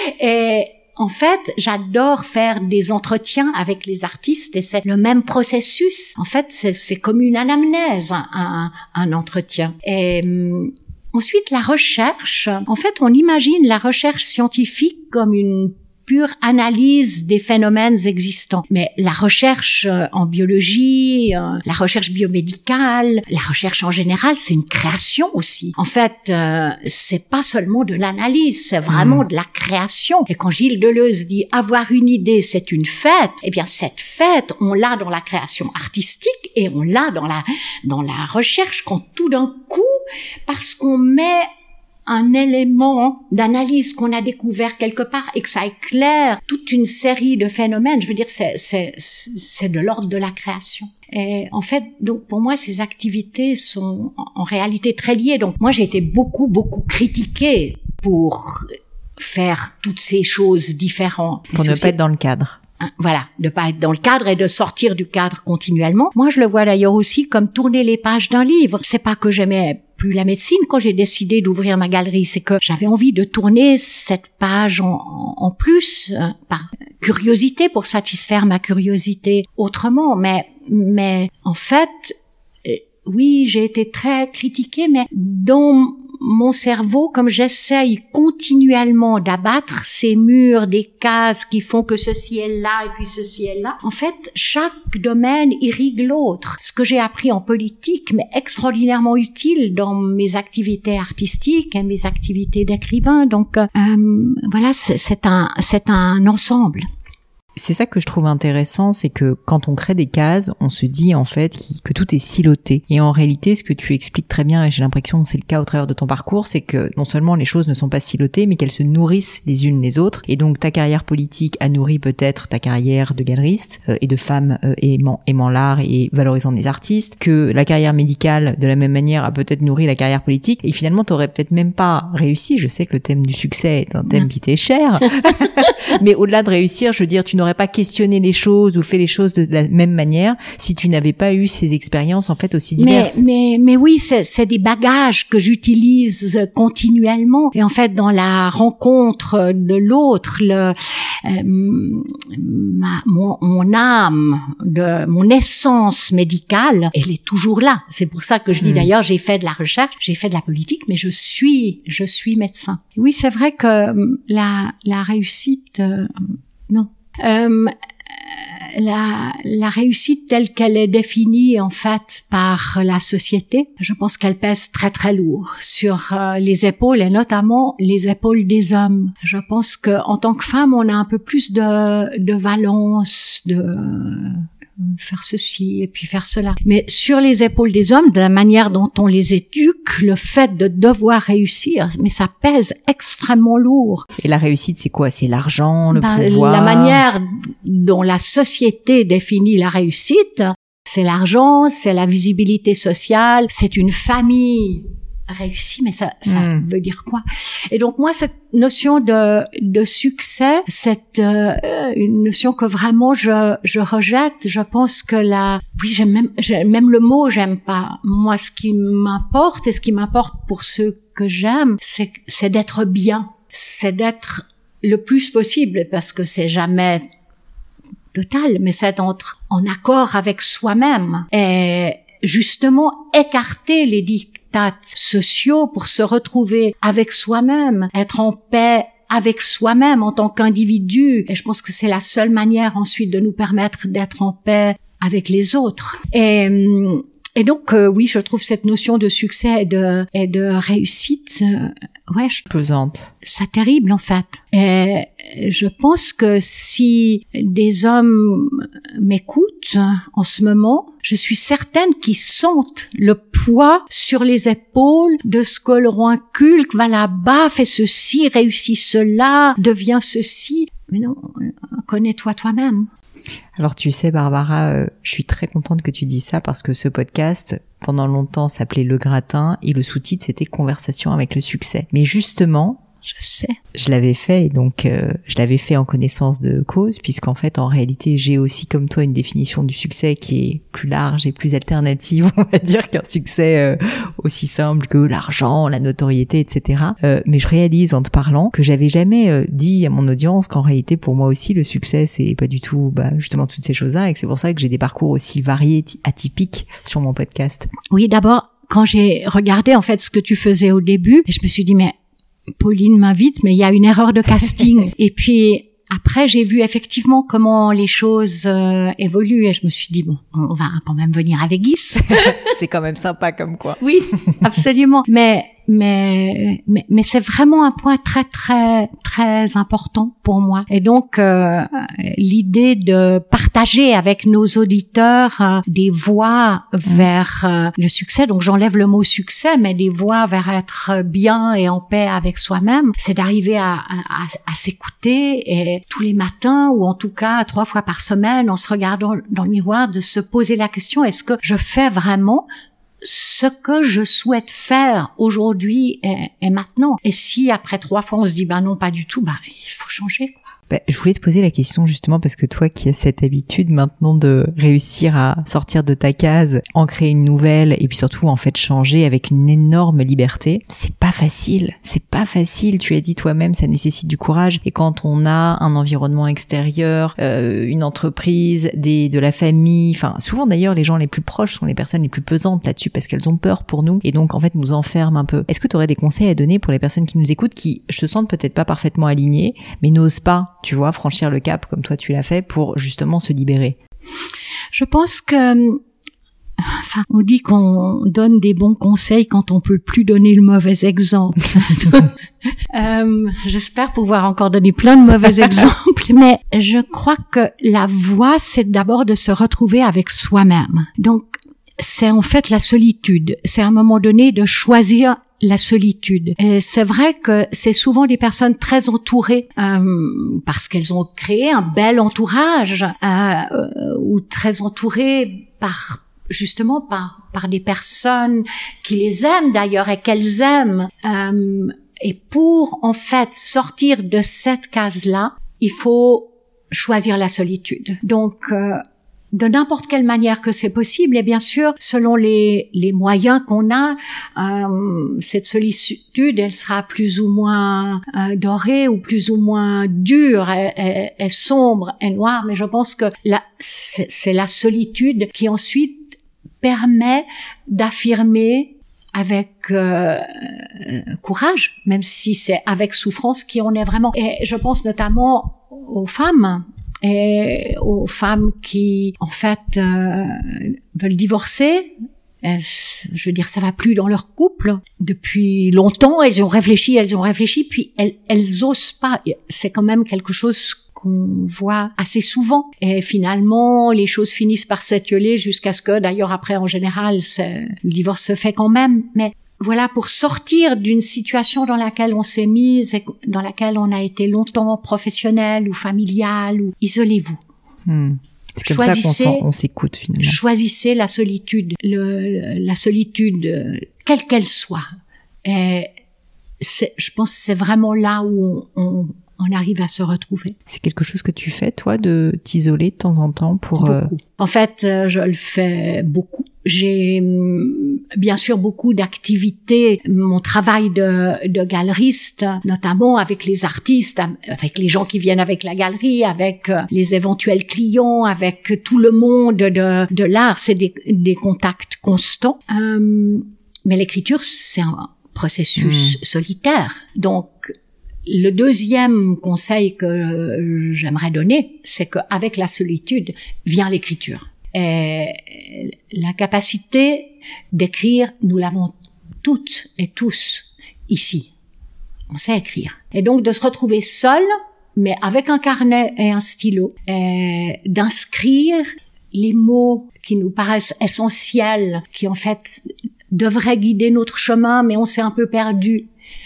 Et en fait, j'adore faire des entretiens avec les artistes et c'est le même processus. En fait, c'est, c'est comme une anamnèse, un, un, un entretien. Et hum, ensuite, la recherche. En fait, on imagine la recherche scientifique comme une pure analyse des phénomènes existants. Mais la recherche en biologie, la recherche biomédicale, la recherche en général, c'est une création aussi. En fait, euh, c'est pas seulement de l'analyse, c'est vraiment mmh. de la création. Et quand Gilles Deleuze dit avoir une idée, c'est une fête, eh bien cette fête, on l'a dans la création artistique et on l'a dans la dans la recherche quand tout d'un coup, parce qu'on met un élément d'analyse qu'on a découvert quelque part et que ça éclaire toute une série de phénomènes. Je veux dire, c'est, c'est, c'est de l'ordre de la création. Et en fait, donc, pour moi, ces activités sont en réalité très liées. Donc, moi, j'ai été beaucoup, beaucoup critiquée pour faire toutes ces choses différentes. Pour ne pas être dans le cadre. Voilà, de pas être dans le cadre et de sortir du cadre continuellement. Moi, je le vois d'ailleurs aussi comme tourner les pages d'un livre. C'est pas que j'aimais plus la médecine quand j'ai décidé d'ouvrir ma galerie, c'est que j'avais envie de tourner cette page en, en, en plus, euh, par curiosité, pour satisfaire ma curiosité autrement. Mais, mais en fait, euh, oui, j'ai été très critiquée, mais dans mon cerveau, comme j'essaye continuellement d'abattre ces murs, des cases qui font que ceci est là et puis ceci est là, en fait, chaque domaine irrigue l'autre. Ce que j'ai appris en politique, mais extraordinairement utile dans mes activités artistiques et mes activités d'écrivain. Donc, euh, voilà, c'est, c'est un, c'est un ensemble. C'est ça que je trouve intéressant, c'est que quand on crée des cases, on se dit en fait que tout est siloté. Et en réalité, ce que tu expliques très bien, et j'ai l'impression que c'est le cas au travers de ton parcours, c'est que non seulement les choses ne sont pas silotées, mais qu'elles se nourrissent les unes les autres. Et donc ta carrière politique a nourri peut-être ta carrière de galeriste euh, et de femme euh, aimant, aimant l'art et valorisant des artistes, que la carrière médicale, de la même manière, a peut-être nourri la carrière politique. Et finalement, t'aurais peut-être même pas réussi. Je sais que le thème du succès est un thème qui t'est cher. Mais au-delà de réussir, je veux dire, tu n'aurais pas questionné les choses ou fait les choses de la même manière si tu n'avais pas eu ces expériences en fait aussi diverses. Mais mais mais oui, c'est c'est des bagages que j'utilise continuellement et en fait dans la rencontre de l'autre, le euh, ma mon, mon âme, de mon essence médicale, elle est toujours là. C'est pour ça que je dis mmh. d'ailleurs, j'ai fait de la recherche, j'ai fait de la politique, mais je suis je suis médecin. Oui, c'est vrai que la la réussite euh, non. Euh, la, la réussite telle qu'elle est définie en fait par la société, je pense qu'elle pèse très très lourd sur euh, les épaules et notamment les épaules des hommes. Je pense que en tant que femme, on a un peu plus de, de valence, de faire ceci et puis faire cela. Mais sur les épaules des hommes, de la manière dont on les éduque, le fait de devoir réussir, mais ça pèse extrêmement lourd. Et la réussite, c'est quoi? C'est l'argent, le bah, pouvoir? La manière dont la société définit la réussite, c'est l'argent, c'est la visibilité sociale, c'est une famille réussi, mais ça, ça mmh. veut dire quoi? Et donc moi, cette notion de de succès, c'est euh, une notion que vraiment je je rejette. Je pense que la, oui, j'aime même j'aime, même le mot, j'aime pas. Moi, ce qui m'importe et ce qui m'importe pour ceux que j'aime, c'est c'est d'être bien, c'est d'être le plus possible, parce que c'est jamais total, mais c'est d'être en accord avec soi-même et justement écarter les dictats sociaux pour se retrouver avec soi-même, être en paix avec soi-même en tant qu'individu. Et je pense que c'est la seule manière ensuite de nous permettre d'être en paix avec les autres. Et, et donc, euh, oui, je trouve cette notion de succès et de, et de réussite, euh, ouais, je, pesante. C'est terrible en fait. Et je pense que si des hommes m'écoutent en ce moment, je suis certaine qu'ils sentent le poids sur les épaules de ce que leur inculque, va là-bas, fais ceci, réussis cela, deviens ceci. Mais non, connais-toi toi-même. Alors tu sais Barbara, euh, je suis très contente que tu dis ça parce que ce podcast, pendant longtemps, s'appelait Le Gratin et le sous-titre c'était Conversation avec le succès. Mais justement, Je sais. Je l'avais fait et donc euh, je l'avais fait en connaissance de cause puisqu'en fait en réalité j'ai aussi comme toi une définition du succès qui est plus large et plus alternative on va dire qu'un succès euh, aussi simple que l'argent, la notoriété et cetera. Euh, mais je réalise en te parlant que j'avais jamais euh, dit à mon audience qu'en réalité pour moi aussi le succès c'est pas du tout bah, justement toutes ces choses-là et que c'est pour ça que j'ai des parcours aussi variés, atypiques sur mon podcast. Oui, d'abord quand j'ai regardé en fait ce que tu faisais au début, je me suis dit mais Pauline m'invite, mais il y a une erreur de casting. Et puis après, j'ai vu effectivement comment les choses euh, évoluent et je me suis dit bon, on va quand même venir avec Guy. C'est quand même sympa comme quoi. Oui, absolument. Mais mais mais, mais c'est vraiment un point très très très important pour moi. Et donc euh, l'idée de partager avec nos auditeurs euh, des voies vers euh, le succès. Donc j'enlève le mot succès, mais des voies vers être bien et en paix avec soi-même. C'est d'arriver à, à, à s'écouter et tous les matins ou en tout cas trois fois par semaine, en se regardant dans le miroir, de se poser la question est-ce que je fais vraiment ce que je souhaite faire aujourd'hui et, et maintenant. Et si après trois fois on se dit bah non pas du tout, bah il faut changer quoi. Bah, je voulais te poser la question justement parce que toi qui as cette habitude maintenant de réussir à sortir de ta case, en créer une nouvelle et puis surtout en fait changer avec une énorme liberté, c'est pas facile, c'est pas facile, tu as dit toi-même, ça nécessite du courage et quand on a un environnement extérieur, euh, une entreprise, des, de la famille, enfin souvent d'ailleurs les gens les plus proches sont les personnes les plus pesantes là-dessus parce qu'elles ont peur pour nous et donc en fait nous enferment un peu. Est-ce que tu aurais des conseils à donner pour les personnes qui nous écoutent qui se sentent peut-être pas parfaitement alignées mais n'osent pas tu vois, franchir le cap comme toi tu l'as fait pour justement se libérer? Je pense que, enfin, on dit qu'on donne des bons conseils quand on peut plus donner le mauvais exemple. euh, j'espère pouvoir encore donner plein de mauvais exemples, mais je crois que la voie, c'est d'abord de se retrouver avec soi-même. Donc, c'est en fait la solitude. C'est à un moment donné de choisir la solitude. Et c'est vrai que c'est souvent des personnes très entourées euh, parce qu'elles ont créé un bel entourage euh, euh, ou très entourées par justement par par des personnes qui les aiment d'ailleurs et qu'elles aiment. Euh, et pour en fait sortir de cette case-là, il faut choisir la solitude. Donc euh, de n'importe quelle manière que c'est possible et bien sûr selon les les moyens qu'on a, euh, cette solitude elle sera plus ou moins euh, dorée ou plus ou moins dure et, et, et sombre et noire, mais je pense que la, c'est, c'est la solitude qui ensuite permet d'affirmer avec euh, courage, même si c'est avec souffrance qui on est vraiment. Et je pense notamment aux femmes et aux femmes qui, en fait, euh, veulent divorcer. Et, je veux dire, ça va plus dans leur couple. Depuis longtemps, elles ont réfléchi, elles ont réfléchi, puis elles, elles osent pas. C'est quand même quelque chose qu'on voit assez souvent. Et finalement, les choses finissent par s'étioler jusqu'à ce que, d'ailleurs, après, en général, c'est, le divorce se fait quand même. Mais voilà, pour sortir d'une situation dans laquelle on s'est mise, et dans laquelle on a été longtemps professionnel ou familial, ou isolez-vous. Hmm. C'est comme choisissez, ça qu'on on s'écoute finalement. Choisissez la solitude, le, la solitude, euh, quelle qu'elle soit. Et c'est, je pense que c'est vraiment là où on, on, on arrive à se retrouver. C'est quelque chose que tu fais, toi, de t'isoler de temps en temps pour... Beaucoup. Euh... En fait, euh, je le fais beaucoup. J'ai bien sûr beaucoup d'activités. Mon travail de, de galeriste, notamment avec les artistes, avec les gens qui viennent avec la galerie, avec les éventuels clients, avec tout le monde de, de l'art, c'est des, des contacts constants. Euh, mais l'écriture, c'est un processus mmh. solitaire. Donc, le deuxième conseil que j'aimerais donner, c'est qu'avec la solitude vient l'écriture. Et la capacité d'écrire, nous l'avons toutes et tous ici. On sait écrire. Et donc de se retrouver seul, mais avec un carnet et un stylo, et d'inscrire les mots qui nous paraissent essentiels, qui en fait devraient guider notre chemin, mais on s'est un peu perdu.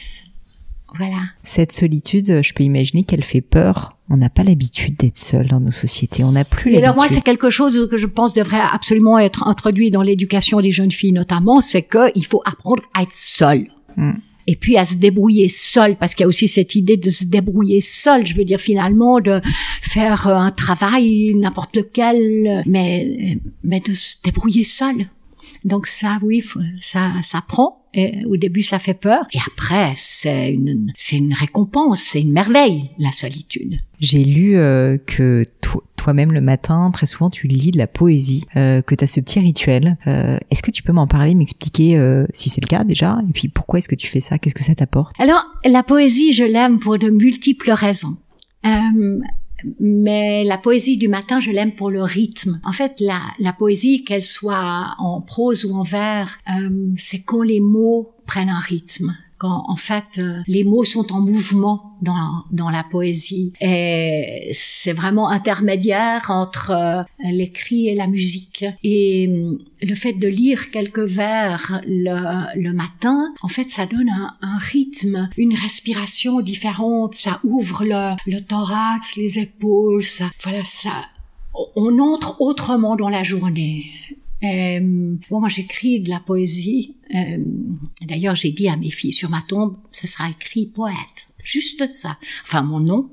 Voilà. Cette solitude, je peux imaginer qu'elle fait peur. On n'a pas l'habitude d'être seul dans nos sociétés. On n'a plus l'habitude. Et alors moi, c'est quelque chose que je pense devrait absolument être introduit dans l'éducation des jeunes filles notamment, c'est qu'il faut apprendre à être seul. Mm. et puis à se débrouiller seule, parce qu'il y a aussi cette idée de se débrouiller seule, je veux dire finalement de faire un travail n'importe lequel, mais mais de se débrouiller seule. Donc ça, oui, ça, ça prend. Et au début, ça fait peur. Et après, c'est une, c'est une récompense, c'est une merveille, la solitude. J'ai lu euh, que to- toi-même, le matin, très souvent, tu lis de la poésie, euh, que tu as ce petit rituel. Euh, est-ce que tu peux m'en parler, m'expliquer euh, si c'est le cas déjà? Et puis, pourquoi est-ce que tu fais ça? Qu'est-ce que ça t'apporte? Alors, la poésie, je l'aime pour de multiples raisons. Euh, Mais la poésie du matin, je l'aime pour le rythme. En fait, la, la poésie, qu'elle soit en prose ou en vers, euh, c'est quand les mots prennent un rythme. Quand, en fait, euh, les mots sont en mouvement dans, dans la poésie. Et c'est vraiment intermédiaire entre euh, l'écrit et la musique. Et euh, le fait de lire quelques vers le, le matin, en fait, ça donne un, un rythme, une respiration différente. Ça ouvre le, le thorax, les épaules. Ça, voilà, ça, on entre autrement dans la journée. Euh, bon, moi j'écris de la poésie. Euh, d'ailleurs, j'ai dit à mes filles, sur ma tombe, ça sera écrit poète. Juste ça. Enfin, mon nom.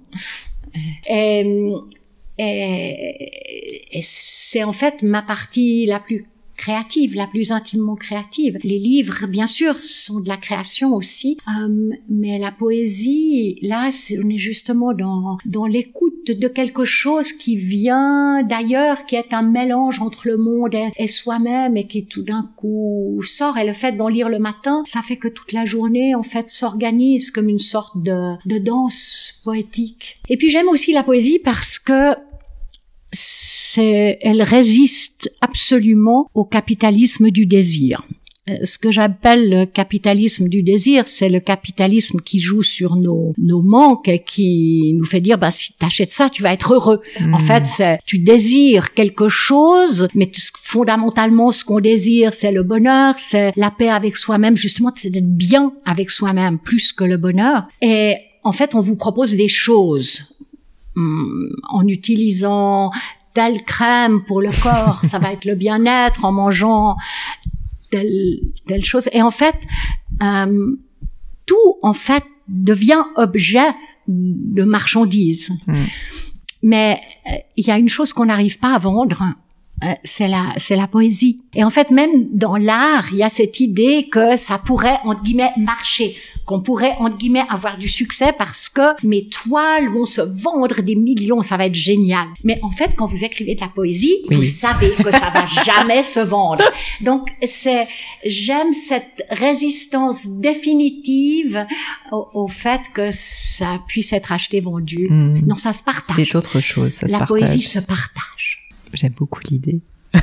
Euh, et, et c'est en fait ma partie la plus créative, la plus intimement créative. Les livres, bien sûr, sont de la création aussi, euh, mais la poésie, là, c'est, on est justement dans, dans l'écoute de quelque chose qui vient d'ailleurs, qui est un mélange entre le monde et, et soi-même, et qui tout d'un coup sort. Et le fait d'en lire le matin, ça fait que toute la journée, en fait, s'organise comme une sorte de, de danse poétique. Et puis j'aime aussi la poésie parce que c'est, elle résiste absolument au capitalisme du désir. Ce que j'appelle le capitalisme du désir, c'est le capitalisme qui joue sur nos, nos manques et qui nous fait dire, bah, si t'achètes ça, tu vas être heureux. Mmh. En fait, c'est, tu désires quelque chose, mais t- fondamentalement, ce qu'on désire, c'est le bonheur, c'est la paix avec soi-même, justement, c'est d'être bien avec soi-même, plus que le bonheur. Et en fait, on vous propose des choses. En utilisant telle crème pour le corps, ça va être le bien-être, en mangeant telle, telle chose. Et en fait, euh, tout, en fait, devient objet de marchandise. Mmh. Mais il euh, y a une chose qu'on n'arrive pas à vendre, euh, c'est la, c'est la poésie. Et en fait, même dans l'art, il y a cette idée que ça pourrait, entre guillemets, marcher, qu'on pourrait, entre guillemets, avoir du succès parce que mes toiles vont se vendre des millions, ça va être génial. Mais en fait, quand vous écrivez de la poésie, oui. vous savez que ça va jamais se vendre. Donc, c'est, j'aime cette résistance définitive au, au fait que ça puisse être acheté, vendu. Mmh. Non, ça se partage. C'est autre chose, ça se la partage. La poésie se partage. J'aime beaucoup l'idée.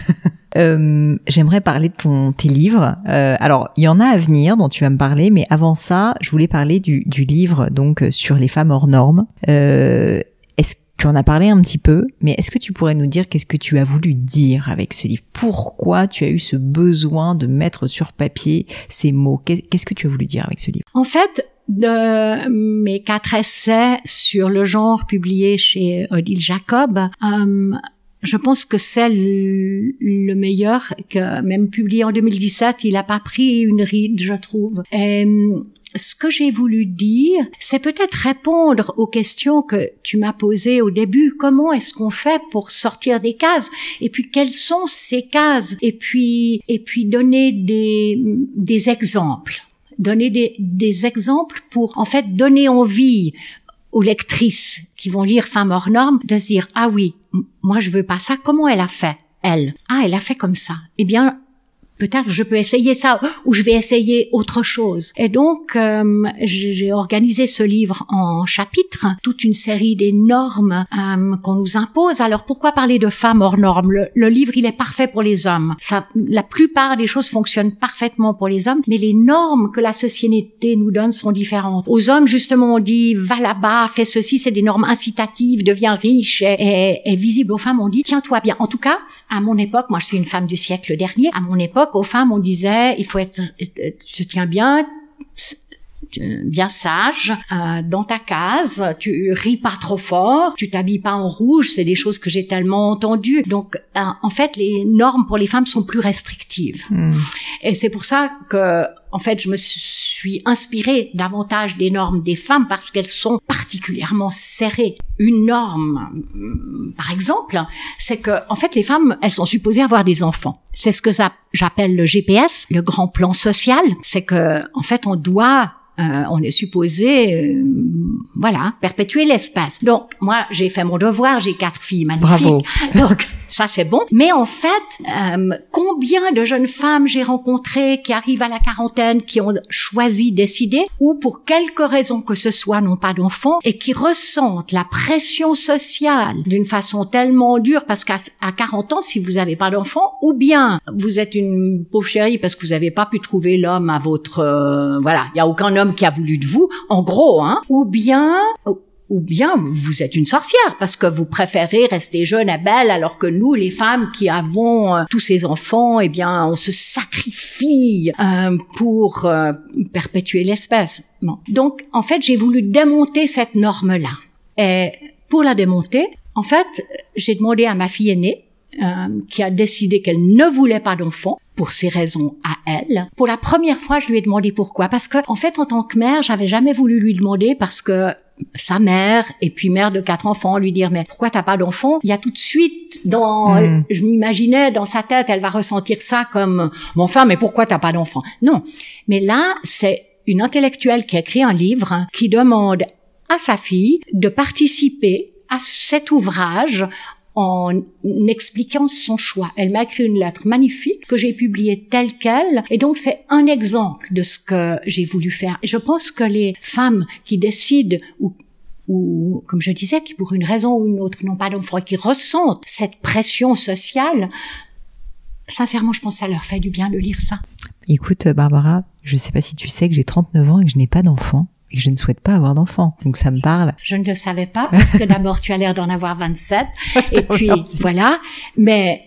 euh, j'aimerais parler de ton, tes livres. Euh, alors, il y en a à venir dont tu vas me parler, mais avant ça, je voulais parler du, du livre donc sur les femmes hors normes. Euh, est-ce que tu en as parlé un petit peu, mais est-ce que tu pourrais nous dire qu'est-ce que tu as voulu dire avec ce livre? Pourquoi tu as eu ce besoin de mettre sur papier ces mots? Qu'est-ce que tu as voulu dire avec ce livre? En fait, de mes quatre essais sur le genre publiés chez Odile Jacob, euh, je pense que c'est le, le meilleur, que même publié en deux mille dix-sept, il a pas pris une ride, je trouve. Et ce que j'ai voulu dire, c'est peut-être répondre aux questions que tu m'as posées au début. Comment est-ce qu'on fait pour sortir des cases? Et puis, quelles sont ces cases? Et puis, et puis donner des, des exemples. Donner des, des exemples pour, en fait, donner envie aux lectrices qui vont lire Femmes hors normes de se dire, ah oui, moi je veux pas ça, comment elle a fait, elle? Ah, elle a fait comme ça. Eh bien, peut-être je peux essayer ça, ou je vais essayer autre chose. Et donc, euh, j'ai organisé ce livre en chapitres, toute une série des normes euh, qu'on nous impose. Alors, pourquoi parler de femmes hors normes? Le, le livre, il est parfait pour les hommes. Ça, la plupart des choses fonctionnent parfaitement pour les hommes, mais les normes que la société nous donne sont différentes. Aux hommes, justement, on dit, va là-bas, fais ceci, c'est des normes incitatives, deviens riche et, et, et visible. Aux femmes, on dit, tiens-toi bien. En tout cas, à mon époque, moi je suis une femme du siècle dernier, à mon époque, aux femmes, on disait, il faut être, tu te tiens bien, bien sage, euh, dans ta case, tu ris pas trop fort, tu t'habilles pas en rouge, c'est des choses que j'ai tellement entendues. Donc, euh, en fait, les normes pour les femmes sont plus restrictives. Mmh. Et c'est pour ça que, en fait, je me suis inspirée davantage des normes des femmes parce qu'elles sont particulièrement serrées. Une norme, par exemple, c'est que, en fait, les femmes, elles sont supposées avoir des enfants. C'est ce que ça, j'appelle le G P S, le grand plan social. C'est que, en fait, on doit Euh, on est supposé, euh, voilà, perpétuer l'espèce. Donc, moi, j'ai fait mon devoir, j'ai quatre filles magnifiques. Bravo. Donc, ça, c'est bon. Mais en fait, euh, combien de jeunes femmes j'ai rencontrées qui arrivent à la quarantaine, qui ont choisi, décidé, ou pour quelque raison que ce soit, n'ont pas d'enfants, et qui ressentent la pression sociale d'une façon tellement dure, parce qu'à à quarante ans, si vous n'avez pas d'enfants, ou bien vous êtes une pauvre chérie parce que vous n'avez pas pu trouver l'homme à votre... Euh, voilà, il n'y a aucun homme qui a voulu de vous, en gros, hein, ou bien... Ou bien vous êtes une sorcière parce que vous préférez rester jeune et belle alors que nous, les femmes qui avons euh, tous ces enfants, eh bien, on se sacrifie euh, pour euh, perpétuer l'espèce. Bon. Donc, en fait, j'ai voulu démonter cette norme-là. Et pour la démonter, en fait, j'ai demandé à ma fille aînée, euh, qui a décidé qu'elle ne voulait pas d'enfant, pour ses raisons à elle. Pour la première fois, je lui ai demandé pourquoi. Parce que, en fait, en tant que mère, j'avais jamais voulu lui demander parce que sa mère, et puis mère de quatre enfants, lui dire, mais pourquoi t'as pas d'enfant? Il y a tout de suite dans, mmh. je m'imaginais dans sa tête, elle va ressentir ça comme, bon, enfin, mais pourquoi t'as pas d'enfant? Non. Mais là, c'est une intellectuelle qui a écrit un livre qui demande à sa fille de participer à cet ouvrage en expliquant son choix. Elle m'a écrit une lettre magnifique que j'ai publiée telle qu'elle, et donc c'est un exemple de ce que j'ai voulu faire. Et je pense que les femmes qui décident ou ou, comme je disais, qui pour une raison ou une autre n'ont pas d'enfants, qui ressentent cette pression sociale, sincèrement, je pense que ça leur fait du bien de lire ça. Écoute, Barbara, je sais pas si tu sais que j'ai trente-neuf ans et que je n'ai pas d'enfant. Et que je ne souhaite pas avoir d'enfant. Donc ça me parle. Je ne le savais pas parce que d'abord tu as l'air d'en avoir vingt-sept et puis merci. Voilà, mais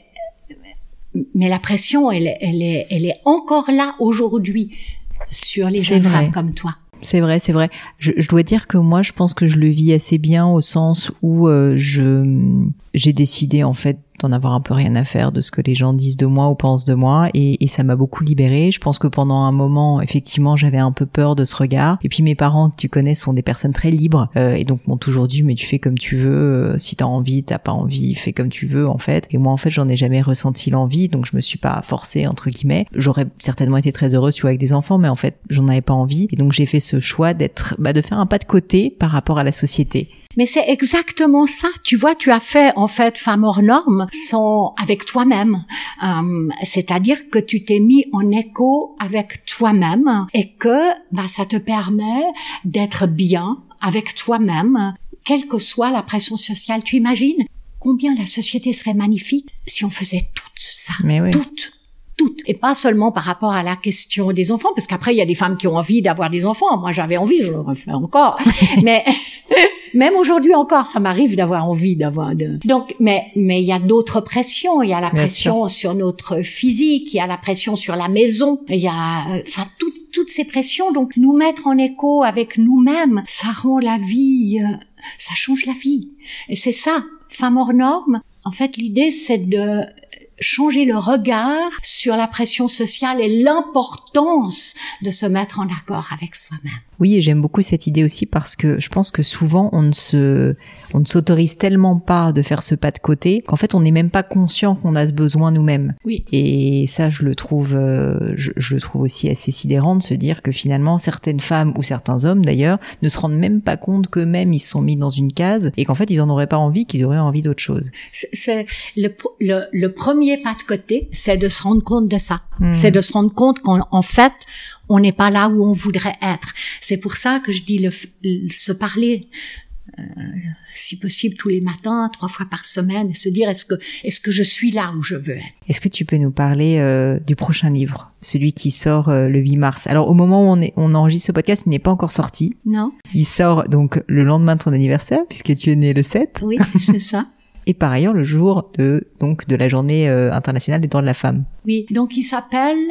mais la pression elle elle est elle est encore là aujourd'hui sur les jeunes femmes comme toi. C'est vrai, c'est vrai. Je, je dois dire que moi, je pense que je le vis assez bien au sens où euh, je j'ai décidé en fait d'en avoir un peu rien à faire de ce que les gens disent de moi ou pensent de moi, et, et ça m'a beaucoup libérée. Je pense que pendant un moment, effectivement, j'avais un peu peur de ce regard. Et puis mes parents, que tu connais, sont des personnes très libres euh, et donc m'ont toujours dit mais tu fais comme tu veux, euh, si t'as envie, t'as pas envie, fais comme tu veux en fait. Et moi en fait, j'en ai jamais ressenti l'envie, donc je me suis pas forcée entre guillemets. J'aurais certainement été très heureuse, tu vois, avec des enfants, mais en fait, j'en avais pas envie. Et donc j'ai fait ce choix d'être, bah, de faire un pas de côté par rapport à la société. Mais c'est exactement ça. Tu vois, tu as fait en fait femme hors norme sans avec toi-même. Euh, c'est-à-dire que tu t'es mis en écho avec toi-même et que bah ça te permet d'être bien avec toi-même, quelle que soit la pression sociale. Tu imagines combien la société serait magnifique si on faisait tout ça, Mais oui. toutes. Toutes. Et pas seulement par rapport à la question des enfants, parce qu'après, il y a des femmes qui ont envie d'avoir des enfants. Moi, j'avais envie, je le refais encore. Mais même aujourd'hui encore, ça m'arrive d'avoir envie d'avoir de... Donc, mais mais il y a d'autres pressions. Il y a la Bien pression sûr. Sur notre physique, il y a la pression sur la maison, il y a enfin toutes toutes ces pressions. Donc, nous mettre en écho avec nous-mêmes, ça rend la vie, euh, ça change la vie. Et c'est ça, femme hors norme. En fait, l'idée, c'est de changer le regard sur la pression sociale et l'importance de se mettre en accord avec soi-même. Oui, et j'aime beaucoup cette idée aussi parce que je pense que souvent on ne se, on ne s'autorise tellement pas de faire ce pas de côté qu'en fait on n'est même pas conscient qu'on a ce besoin nous-mêmes. Oui. Et ça, je le trouve, euh, je, je le trouve aussi assez sidérant de se dire que finalement certaines femmes ou certains hommes d'ailleurs ne se rendent même pas compte qu'eux-mêmes ils se sont mis dans une case et qu'en fait ils en auraient pas envie, qu'ils auraient envie d'autre chose. C'est, c'est le, le, le premier pas de côté, c'est de se rendre compte de ça. Mmh. C'est de se rendre compte qu'en en fait on n'est pas là où on voudrait être. C'est pour ça que je dis le, le se parler, euh, si possible tous les matins, trois fois par semaine, et se dire est-ce que est-ce que je suis là où je veux être. Est-ce que tu peux nous parler euh, du prochain livre, celui qui sort euh, le huit mars? Alors au moment où on, est, on enregistre ce podcast, il n'est pas encore sorti. Non. Il sort donc le lendemain de ton anniversaire, puisque tu es né le sept. Oui, c'est ça. Et par ailleurs le jour de donc de la journée euh, internationale des droits de la femme. Oui, donc il s'appelle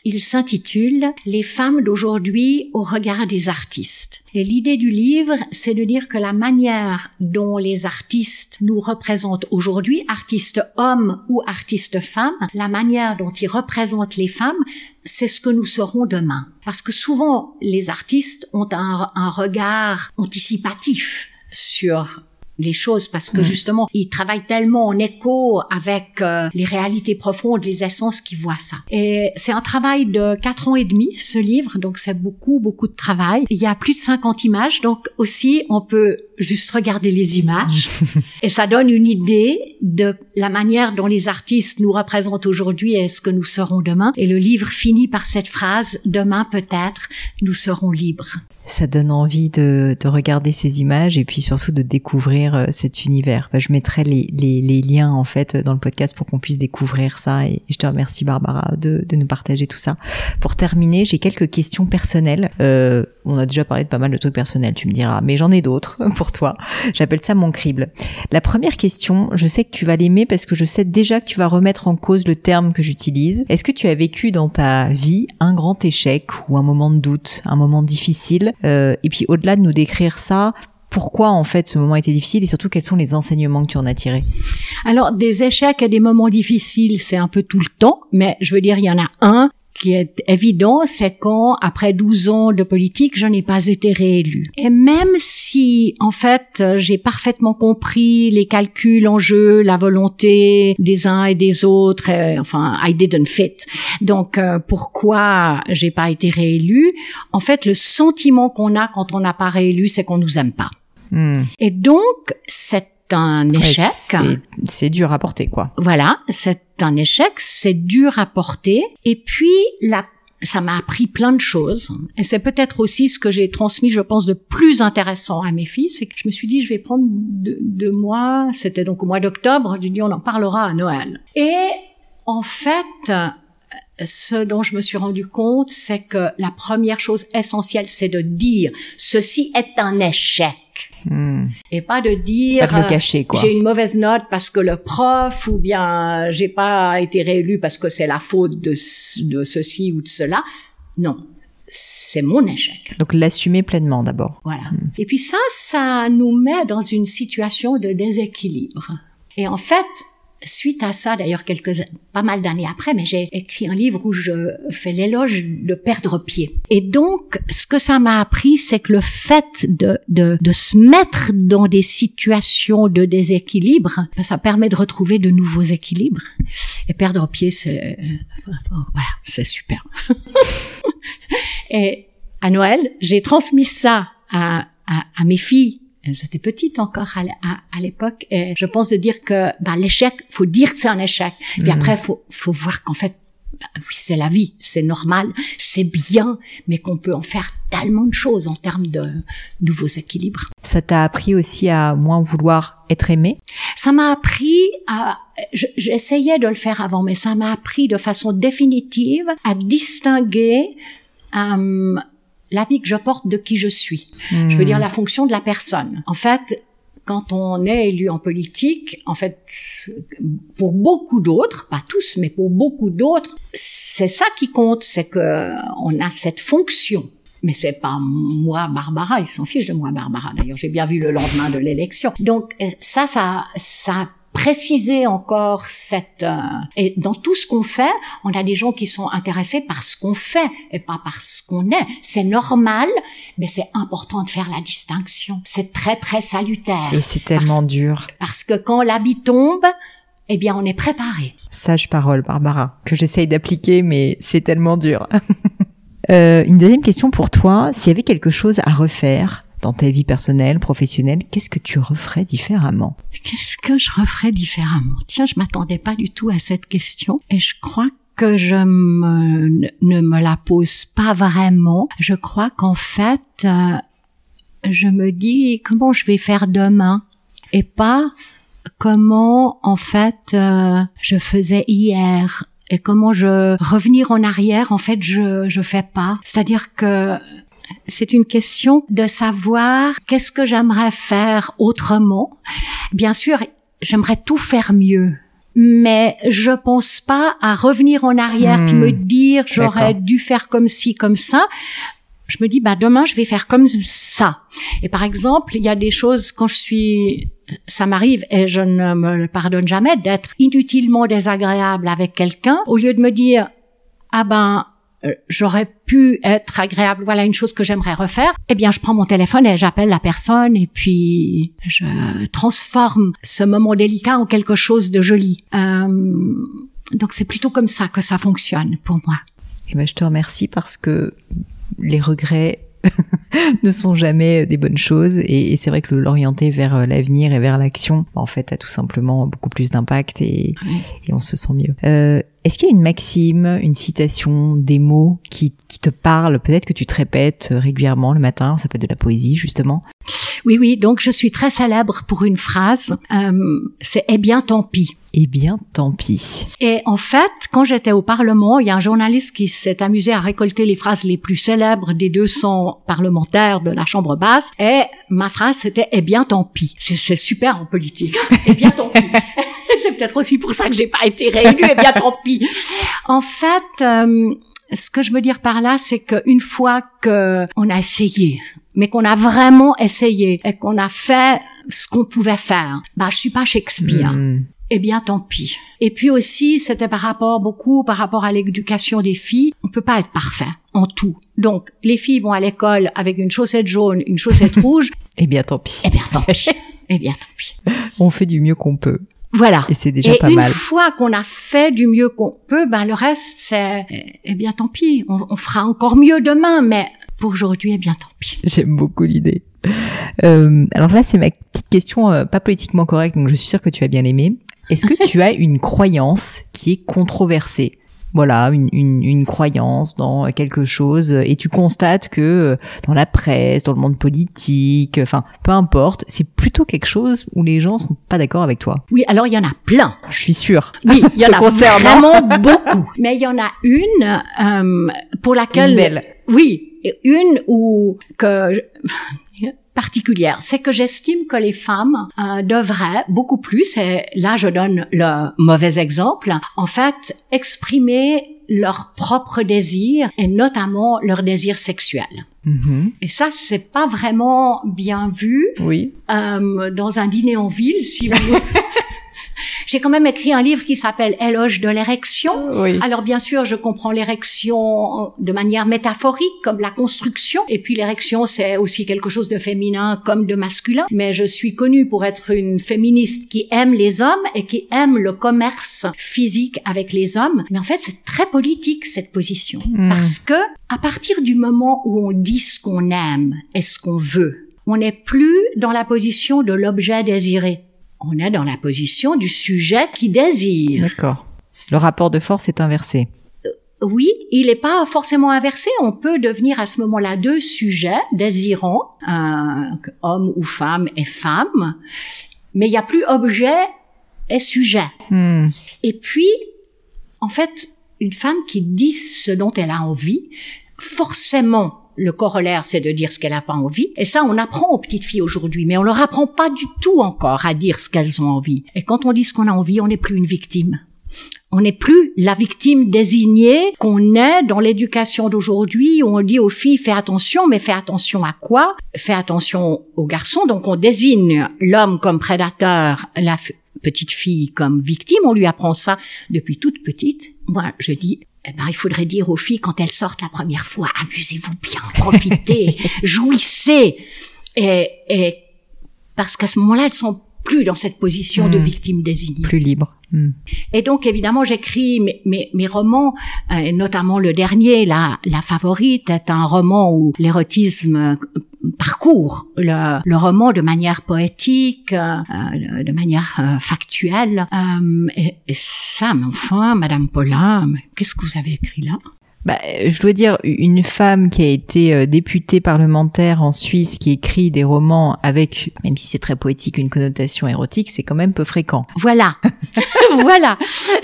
Il s'intitule « Les femmes d'aujourd'hui au regard des artistes ». Et l'idée du livre, c'est de dire que la manière dont les artistes nous représentent aujourd'hui, artistes hommes ou artistes femmes, la manière dont ils représentent les femmes, c'est ce que nous serons demain. Parce que souvent, les artistes ont un, un regard anticipatif sur les choses, parce que justement, ils travaillent tellement en écho avec euh, les réalités profondes, les essences qui voient ça. Et c'est un travail de quatre ans et demi, ce livre, donc c'est beaucoup, beaucoup de travail. Il y a plus de cinquante images, donc aussi, on peut juste regarder les images. Et ça donne une idée de la manière dont les artistes nous représentent aujourd'hui et ce que nous serons demain. Et le livre finit par cette phrase, « Demain, peut-être, nous serons libres ». Ça donne envie de, de regarder ces images et puis surtout de découvrir euh, cet univers. Bah, je mettrai les, les, les liens en fait dans le podcast pour qu'on puisse découvrir ça et, et je te remercie Barbara de, de nous partager tout ça. Pour terminer, j'ai quelques questions personnelles. Euh, on a déjà parlé de pas mal de trucs personnels, tu me diras, mais j'en ai d'autres pour toi. J'appelle ça mon crible. La première question, je sais que tu vas l'aimer parce que je sais déjà que tu vas remettre en cause le terme que j'utilise. Est-ce que tu as vécu dans ta vie un grand échec ou un moment de doute, un moment difficile? Euh, et puis au-delà de nous décrire ça, pourquoi en fait ce moment était difficile et surtout quels sont les enseignements que tu en as tirés? Alors des échecs et des moments difficiles, c'est un peu tout le temps, mais je veux dire il y en a un qui est évident, c'est quand, après douze ans de politique, je n'ai pas été réélue. Et même si, en fait, j'ai parfaitement compris les calculs en jeu, la volonté des uns et des autres, et, enfin, I didn't fit. Donc, euh, pourquoi j'ai pas été réélue? En fait, le sentiment qu'on a quand on n'a pas réélu, c'est qu'on nous aime pas. Hmm. Et donc, c'est un échec. Ouais, c'est, c'est dur à porter, quoi. Voilà, c'est un échec, c'est dur à porter. Et puis, la, ça m'a appris plein de choses. Et c'est peut-être aussi ce que j'ai transmis, je pense, de plus intéressant à mes filles. C'est que je me suis dit, je vais prendre deux, deux mois, c'était donc au mois d'octobre, j'ai dit, on en parlera à Noël. Et en fait, ce dont je me suis rendu compte, c'est que la première chose essentielle, c'est de dire, ceci est un échec. Hmm. Et pas de dire pas de le cacher, quoi. J'ai une mauvaise note parce que le prof ou bien j'ai pas été réélu parce que c'est la faute de, de ceci ou de cela. Non, c'est mon échec. Donc l'assumer pleinement d'abord. Voilà. Hmm. Et puis ça, ça nous met dans une situation de déséquilibre. Et en fait, suite à ça, d'ailleurs quelques pas mal d'années après, mais j'ai écrit un livre où je fais l'éloge de perdre pied. Et donc, ce que ça m'a appris, c'est que le fait de de de se mettre dans des situations de déséquilibre, ça permet de retrouver de nouveaux équilibres. Et perdre pied, c'est voilà, c'est super. Et à Noël, j'ai transmis ça à à, à mes filles. J'étais petite encore à, à, à l'époque et je pense de dire que bah, l'échec, faut dire que c'est un échec. Puis mmh. après, faut faut voir qu'en fait, bah, oui, c'est la vie, c'est normal, c'est bien, mais qu'on peut en faire tellement de choses en termes de nouveaux équilibres. Ça t'a appris aussi à moins vouloir être aimé? Ça m'a appris à... Je, j'essayais de le faire avant, mais ça m'a appris de façon définitive à distinguer... Euh, l'habit que je porte de qui je suis. Mmh. Je veux dire la fonction de la personne. En fait, quand on est élu en politique, en fait, pour beaucoup d'autres, pas tous, mais pour beaucoup d'autres, c'est ça qui compte, c'est que on a cette fonction. Mais c'est pas moi, Barbara, ils s'en fichent de moi, Barbara. D'ailleurs, j'ai bien vu le lendemain de l'élection. Donc ça, ça, ça préciser encore cette euh, et dans tout ce qu'on fait, on a des gens qui sont intéressés par ce qu'on fait et pas par ce qu'on est. C'est normal, mais c'est important de faire la distinction. C'est très très salutaire. Et c'est tellement parce, dur. Parce que quand l'habit tombe, eh bien on est préparé. Sage parole, Barbara, que j'essaye d'appliquer, mais c'est tellement dur. euh, une deuxième question pour toi, s'il y avait quelque chose à refaire dans ta vie personnelle, professionnelle, qu'est-ce que tu referais différemment? Qu'est-ce que je referais différemment? Tiens, je m'attendais pas du tout à cette question et je crois que je me, ne me la pose pas vraiment. Je crois qu'en fait, euh, je me dis comment je vais faire demain et pas comment en fait euh, je faisais hier. Et comment je revenir en arrière, en fait, je je fais pas. C'est-à-dire que c'est une question de savoir qu'est-ce que j'aimerais faire autrement. Bien sûr, j'aimerais tout faire mieux. mais je pense pas à revenir en arrière mmh. puis me dire j'aurais D'accord. dû faire comme ci, comme ça. Je me dis, bah, demain, je vais faire comme ça. Et par exemple, il y a des choses, quand je suis, ça m'arrive, et je ne me le pardonne jamais, d'être inutilement désagréable avec quelqu'un, au lieu de me dire, ah ben, euh, j'aurais pu être agréable, voilà une chose que j'aimerais refaire, eh bien, je prends mon téléphone et j'appelle la personne, et puis, je transforme ce moment délicat en quelque chose de joli. Euh, donc, c'est plutôt comme ça que ça fonctionne pour moi. Eh ben, je te remercie parce que les regrets ne sont jamais des bonnes choses et, et c'est vrai que l'orienter vers l'avenir et vers l'action, en fait, a tout simplement beaucoup plus d'impact et, ouais. et on se sent mieux. Euh, est-ce qu'il y a une maxime, une citation, des mots qui, qui te parlent, peut-être que tu te répètes régulièrement le matin, ça peut être de la poésie justement? Oui, oui, donc je suis très célèbre pour une phrase, euh, c'est « Eh bien, tant pis ». Eh bien, tant pis. Et en fait, quand j'étais au Parlement, il y a un journaliste qui s'est amusé à récolter les phrases les plus célèbres des deux cents parlementaires de la Chambre basse. Et ma phrase, c'était « Eh bien, tant pis ». C'est, c'est super en politique. Eh bien, tant pis. C'est peut-être aussi pour ça que j'ai pas été réélue. Eh bien, tant pis. En fait, euh, ce que je veux dire par là, c'est qu'une fois qu'on a essayé, mais qu'on a vraiment essayé et qu'on a fait ce qu'on pouvait faire, bah, je suis pas Shakespeare. Mmh. Eh bien, tant pis. Et puis aussi, c'était par rapport, beaucoup par rapport à l'éducation des filles. On peut pas être parfait en tout. Donc, les filles vont à l'école avec une chaussette jaune, une chaussette rouge. Eh bien, tant pis. Eh bien, tant pis. Eh bien, tant pis. On fait du mieux qu'on peut. Voilà. Et c'est déjà et pas mal. Et une fois qu'on a fait du mieux qu'on peut, ben, le reste, c'est, eh bien, tant pis. On, on fera encore mieux demain, mais pour aujourd'hui, eh bien, tant pis. J'aime beaucoup l'idée. Euh, alors là, c'est ma petite question, euh, pas politiquement correcte, donc je suis sûre que tu as bien aimé. Est-ce que tu as une croyance qui est controversée? Voilà, une, une, une croyance dans quelque chose et tu constates que dans la presse, dans le monde politique, enfin, peu importe, c'est plutôt quelque chose où les gens sont pas d'accord avec toi. Oui, alors il y en a plein. Je suis sûre. Oui, il y en a vraiment beaucoup. Mais il y en a une euh, pour laquelle... Une belle. Oui, une où que... particulière, c'est que j'estime que les femmes euh, devraient beaucoup plus, et là je donne le mauvais exemple, en fait exprimer leurs propres désirs et notamment leurs désirs sexuels. Mm-hmm. Et ça, c'est pas vraiment bien vu. Oui. Euh, dans un dîner en ville, si vous... J'ai quand même écrit un livre qui s'appelle Éloge de l'érection. Oui. Alors bien sûr, je comprends l'érection de manière métaphorique, comme la construction. Et puis l'érection, c'est aussi quelque chose de féminin comme de masculin. Mais je suis connue pour être une féministe qui aime les hommes et qui aime le commerce physique avec les hommes. Mais en fait, c'est très politique, cette position. Mmh. Parce que, à partir du moment où on dit ce qu'on aime et ce qu'on veut, on n'est plus dans la position de l'objet désiré. On est dans la position du sujet qui désire. D'accord. Le rapport de force est inversé. Euh, oui, il n'est pas forcément inversé. On peut devenir à ce moment-là deux sujets désirants, euh, homme ou femme et femme, mais il n'y a plus objet et sujet. Hmm. Et puis, en fait, une femme qui dit ce dont elle a envie, forcément, le corollaire, c'est de dire ce qu'elle n'a pas envie. Et ça, on apprend aux petites filles aujourd'hui, mais on leur apprend pas du tout encore à dire ce qu'elles ont envie. Et quand on dit ce qu'on a envie, on n'est plus une victime. On n'est plus la victime désignée qu'on est dans l'éducation d'aujourd'hui, où on dit aux filles, fais attention, mais fais attention à quoi? Fais attention aux garçons. Donc on désigne l'homme comme prédateur, la f- petite fille comme victime. On lui apprend ça depuis toute petite. Moi, je dis... Eh ben, il faudrait dire aux filles, quand elles sortent la première fois, amusez-vous bien, profitez, jouissez. Et, et, parce qu'à ce moment-là, elles sont plus dans cette position mmh. de victime désignée. Plus libre. Mmh. Et donc, évidemment, j'écris mes, mes, mes romans, euh, notamment le dernier, la, la Favorite, est un roman où l'érotisme parcourt le, le roman de manière poétique, euh, de manière euh, factuelle. Euh, et, et ça, mais enfin, Madame Paulin, mais qu'est-ce que vous avez écrit là? Bah, je dois dire, une femme qui a été euh, députée parlementaire en Suisse, qui écrit des romans avec, même si c'est très poétique, une connotation érotique, c'est quand même peu fréquent. Voilà. Voilà.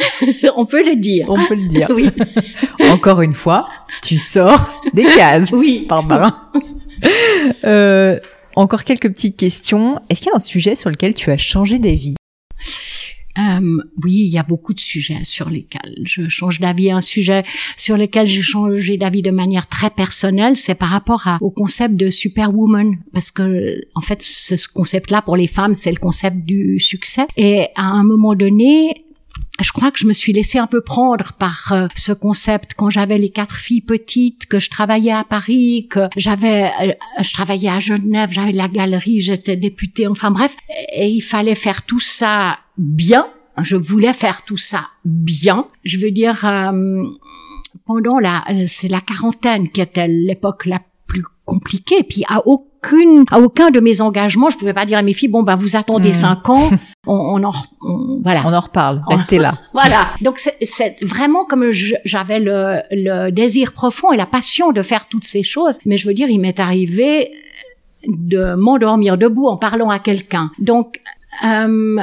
On peut le dire. On peut le dire. Oui. Encore une fois, tu sors des cases. Oui. Barbara. euh, encore quelques petites questions. Est-ce qu'il y a un sujet sur lequel tu as changé d'avis? Euh, oui, il y a beaucoup de sujets sur lesquels je change d'avis. Un sujet sur lequel j'ai changé d'avis de manière très personnelle, c'est par rapport à, au concept de superwoman, parce que en fait, ce concept-là pour les femmes, c'est le concept du succès. Et à un moment donné, je crois que je me suis laissée un peu prendre par euh, ce concept quand j'avais les quatre filles petites, que je travaillais à Paris, que j'avais, euh, je travaillais à Genève, j'avais la galerie, j'étais députée, enfin bref, et il fallait faire tout ça bien. Je voulais faire tout ça bien. Je veux dire, euh, pendant la, c'est la quarantaine qui était l'époque la plus compliquée, puis à aucune, à aucun de mes engagements, je pouvais pas dire à mes filles, bon, bah, vous attendez mmh. cinq ans, on, on en, on, voilà. On en reparle, restez là. Voilà. Donc, c'est, c'est vraiment comme je, j'avais le, le désir profond et la passion de faire toutes ces choses. Mais je veux dire, il m'est arrivé de m'endormir debout en parlant à quelqu'un. Donc, Euh,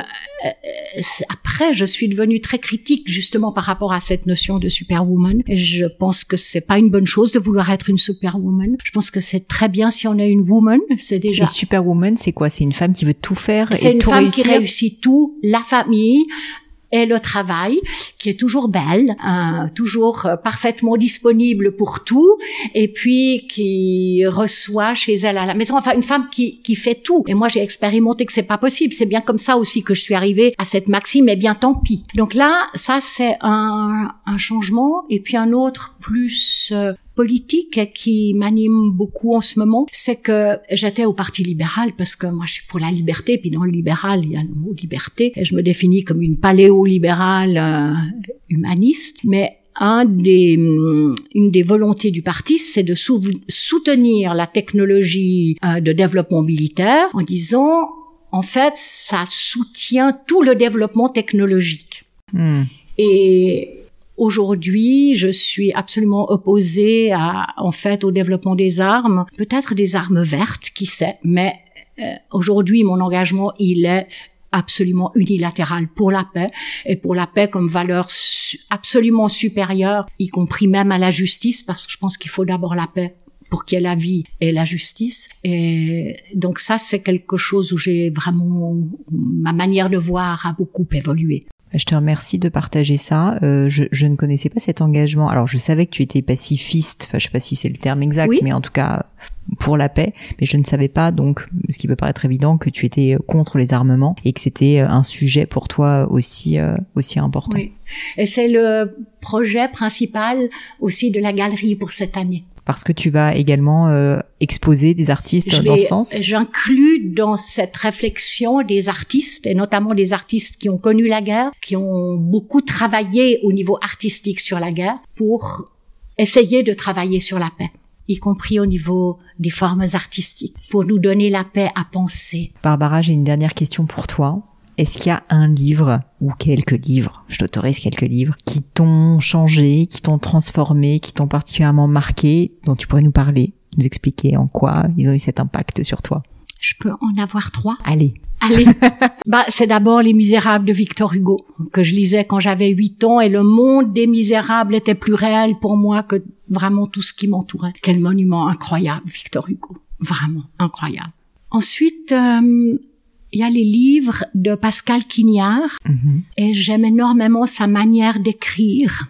après, je suis devenue très critique justement par rapport à cette notion de superwoman. Et je pense que c'est pas une bonne chose de vouloir être une superwoman. Je pense que c'est très bien si on est une woman. C'est déjà. Et superwoman, c'est quoi? C'est une femme qui veut tout faire c'est et tout réussir. C'est une femme qui réussit tout, la famille et le travail, qui est toujours belle, euh, toujours euh, parfaitement disponible pour tout, et puis qui reçoit chez elle à la maison, enfin une femme qui qui fait tout. Et moi j'ai expérimenté que c'est pas possible. C'est bien comme ça aussi que je suis arrivée à cette maxime. Eh bien tant pis. Donc là, ça c'est un un changement, et puis un autre plus euh, politique qui m'anime beaucoup en ce moment, c'est que j'étais au Parti libéral parce que moi je suis pour la liberté, puis dans le libéral il y a le mot liberté, et je me définis comme une paléo-libérale euh, humaniste, mais un des, une des volontés du parti, c'est de sou- soutenir la technologie euh, de développement militaire en disant, en fait, ça soutient tout le développement technologique. Mmh. Et aujourd'hui, je suis absolument opposée à, en fait, au développement des armes, peut-être des armes vertes, qui sait, mais euh, aujourd'hui, mon engagement, il est absolument unilatéral pour la paix, et pour la paix comme valeur su- absolument supérieure, y compris même à la justice, parce que je pense qu'il faut d'abord la paix pour qu'il y ait la vie et la justice. Et donc ça, c'est quelque chose où j'ai vraiment, ma manière de voir a beaucoup évolué. Je te remercie de partager ça. Euh, je, je ne connaissais pas cet engagement. Alors, je savais que tu étais pacifiste. Enfin, je sais pas si c'est le terme exact, oui. Mais en tout cas pour la paix. Mais je ne savais pas, donc, ce qui peut paraître évident, que tu étais contre les armements et que c'était un sujet pour toi aussi euh, aussi important. Oui. Et c'est le projet principal aussi de la galerie pour cette année. Parce que tu vas également euh, exposer des artistes je dans vais, ce sens. J'inclus dans cette réflexion des artistes, et notamment des artistes qui ont connu la guerre, qui ont beaucoup travaillé au niveau artistique sur la guerre, pour essayer de travailler sur la paix, y compris au niveau des formes artistiques, pour nous donner la paix à penser. Barbara, j'ai une dernière question pour toi. Est-ce qu'il y a un livre ou quelques livres, je t'autorise quelques livres, qui t'ont changé, qui t'ont transformé, qui t'ont particulièrement marqué, dont tu pourrais nous parler, nous expliquer en quoi ils ont eu cet impact sur toi? Je peux en avoir trois. Allez. Allez. Bah, c'est d'abord Les Misérables de Victor Hugo, que je lisais quand j'avais huit ans, et le monde des Misérables était plus réel pour moi que vraiment tout ce qui m'entourait. Quel monument incroyable, Victor Hugo. Vraiment incroyable. Ensuite, euh, il y a les livres de Pascal Quignard, mmh. et j'aime énormément sa manière d'écrire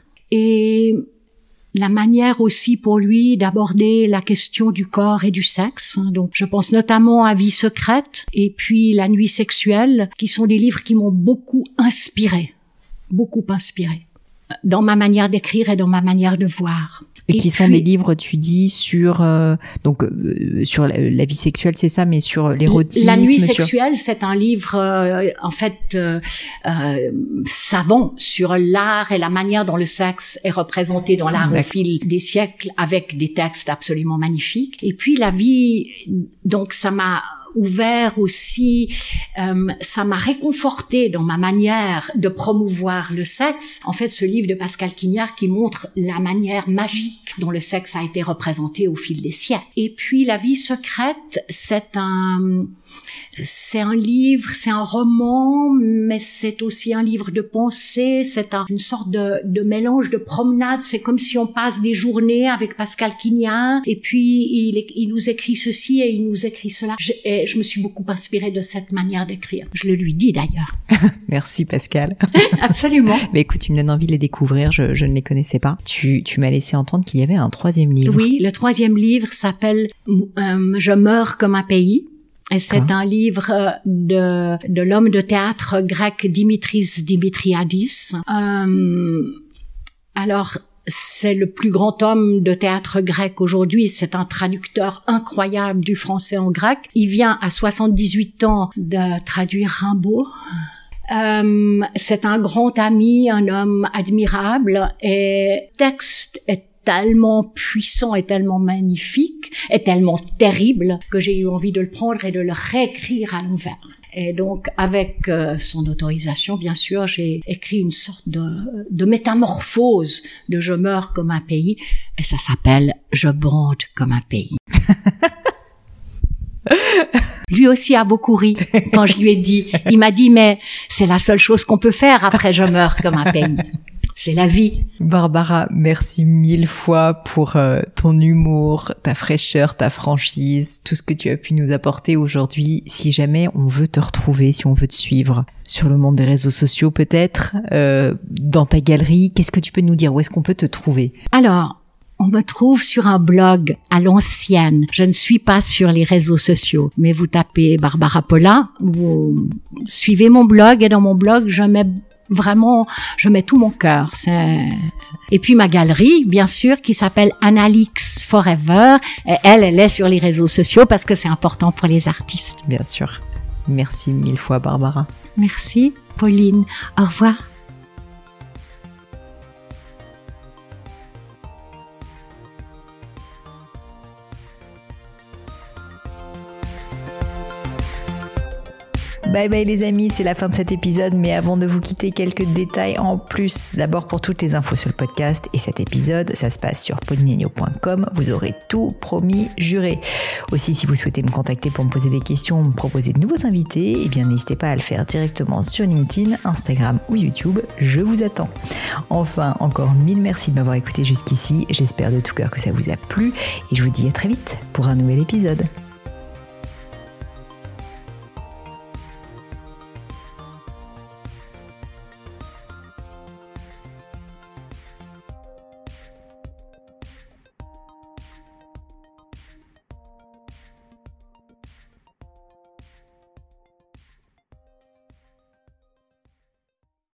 et la manière aussi pour lui d'aborder la question du corps et du sexe. Donc, je pense notamment à Vie secrète et puis La nuit sexuelle, qui sont des livres qui m'ont beaucoup inspiré, beaucoup inspiré dans ma manière d'écrire et dans ma manière de voir. Et, et qui puis, sont des livres, tu dis, sur euh, donc euh, sur la, la vie sexuelle, c'est ça, mais sur l'érotisme. La nuit sur... sexuelle, c'est un livre euh, en fait euh, euh, savant sur l'art et la manière dont le sexe est représenté dans l'art D'accord. au fil des siècles, avec des textes absolument magnifiques. Et puis la vie, donc ça m'a ouvert aussi, euh, ça m'a réconforté dans ma manière de promouvoir le sexe. En fait, ce livre de Pascal Quignard qui montre la manière magique dont le sexe a été représenté au fil des siècles. Et puis, La vie secrète, c'est un... C'est un livre, c'est un roman, mais c'est aussi un livre de pensée, c'est un, une sorte de, de mélange de promenade. C'est comme si on passe des journées avec Pascal Quignard, et puis il, il nous écrit ceci et il nous écrit cela. Je, j'ai, je me suis beaucoup inspirée de cette manière d'écrire. Je le lui dis d'ailleurs. Merci Pascal. Absolument. Mais écoute, tu me donnes envie de les découvrir, je, je ne les connaissais pas. Tu, tu m'as laissé entendre qu'il y avait un troisième livre. Oui, le troisième livre s'appelle euh, « Je meurs comme un pays ». Et c'est ah. un livre de, de l'homme de théâtre grec Dimitris Dimitriadis. Euh, alors, c'est le plus grand homme de théâtre grec aujourd'hui. C'est un traducteur incroyable du français en grec. Il vient à soixante-dix-huit ans de traduire Rimbaud. Euh, c'est un grand ami, un homme admirable. Et le texte est tellement puissant et tellement magnifique et tellement terrible que j'ai eu envie de le prendre et de le réécrire à l'envers. Et donc, avec euh, son autorisation, bien sûr, j'ai écrit une sorte de, de métamorphose de « Je meurs comme un pays » et ça s'appelle « Je bande comme un pays ». Lui aussi a beaucoup ri quand je lui ai dit. Il m'a dit « Mais c'est la seule chose qu'on peut faire après « Je meurs comme un pays ». C'est la vie. Barbara, merci mille fois pour euh, ton humour, ta fraîcheur, ta franchise, tout ce que tu as pu nous apporter aujourd'hui. Si jamais on veut te retrouver, si on veut te suivre sur le monde des réseaux sociaux peut-être, euh, dans ta galerie, qu'est-ce que tu peux nous dire? Où est-ce qu'on peut te trouver? Alors, on me trouve sur un blog à l'ancienne. Je ne suis pas sur les réseaux sociaux, mais vous tapez Barbara Polla, vous suivez mon blog et dans mon blog, je mets vraiment, je mets tout mon cœur. C'est... Et puis ma galerie, bien sûr, qui s'appelle Annalix Forever. Et elle, elle est sur les réseaux sociaux parce que c'est important pour les artistes. Bien sûr. Merci mille fois, Barbara. Merci, Pauline. Au revoir. Bye bye les amis, c'est la fin de cet épisode, mais avant de vous quitter, quelques détails en plus. D'abord pour toutes les infos sur le podcast et cet épisode, ça se passe sur pauline legnaud point com, vous aurez tout promis, juré. Aussi, si vous souhaitez me contacter pour me poser des questions, me proposer de nouveaux invités, eh bien n'hésitez pas à le faire directement sur LinkedIn, Instagram ou YouTube, je vous attends. Enfin, encore mille merci de m'avoir écouté jusqu'ici, j'espère de tout cœur que ça vous a plu et je vous dis à très vite pour un nouvel épisode.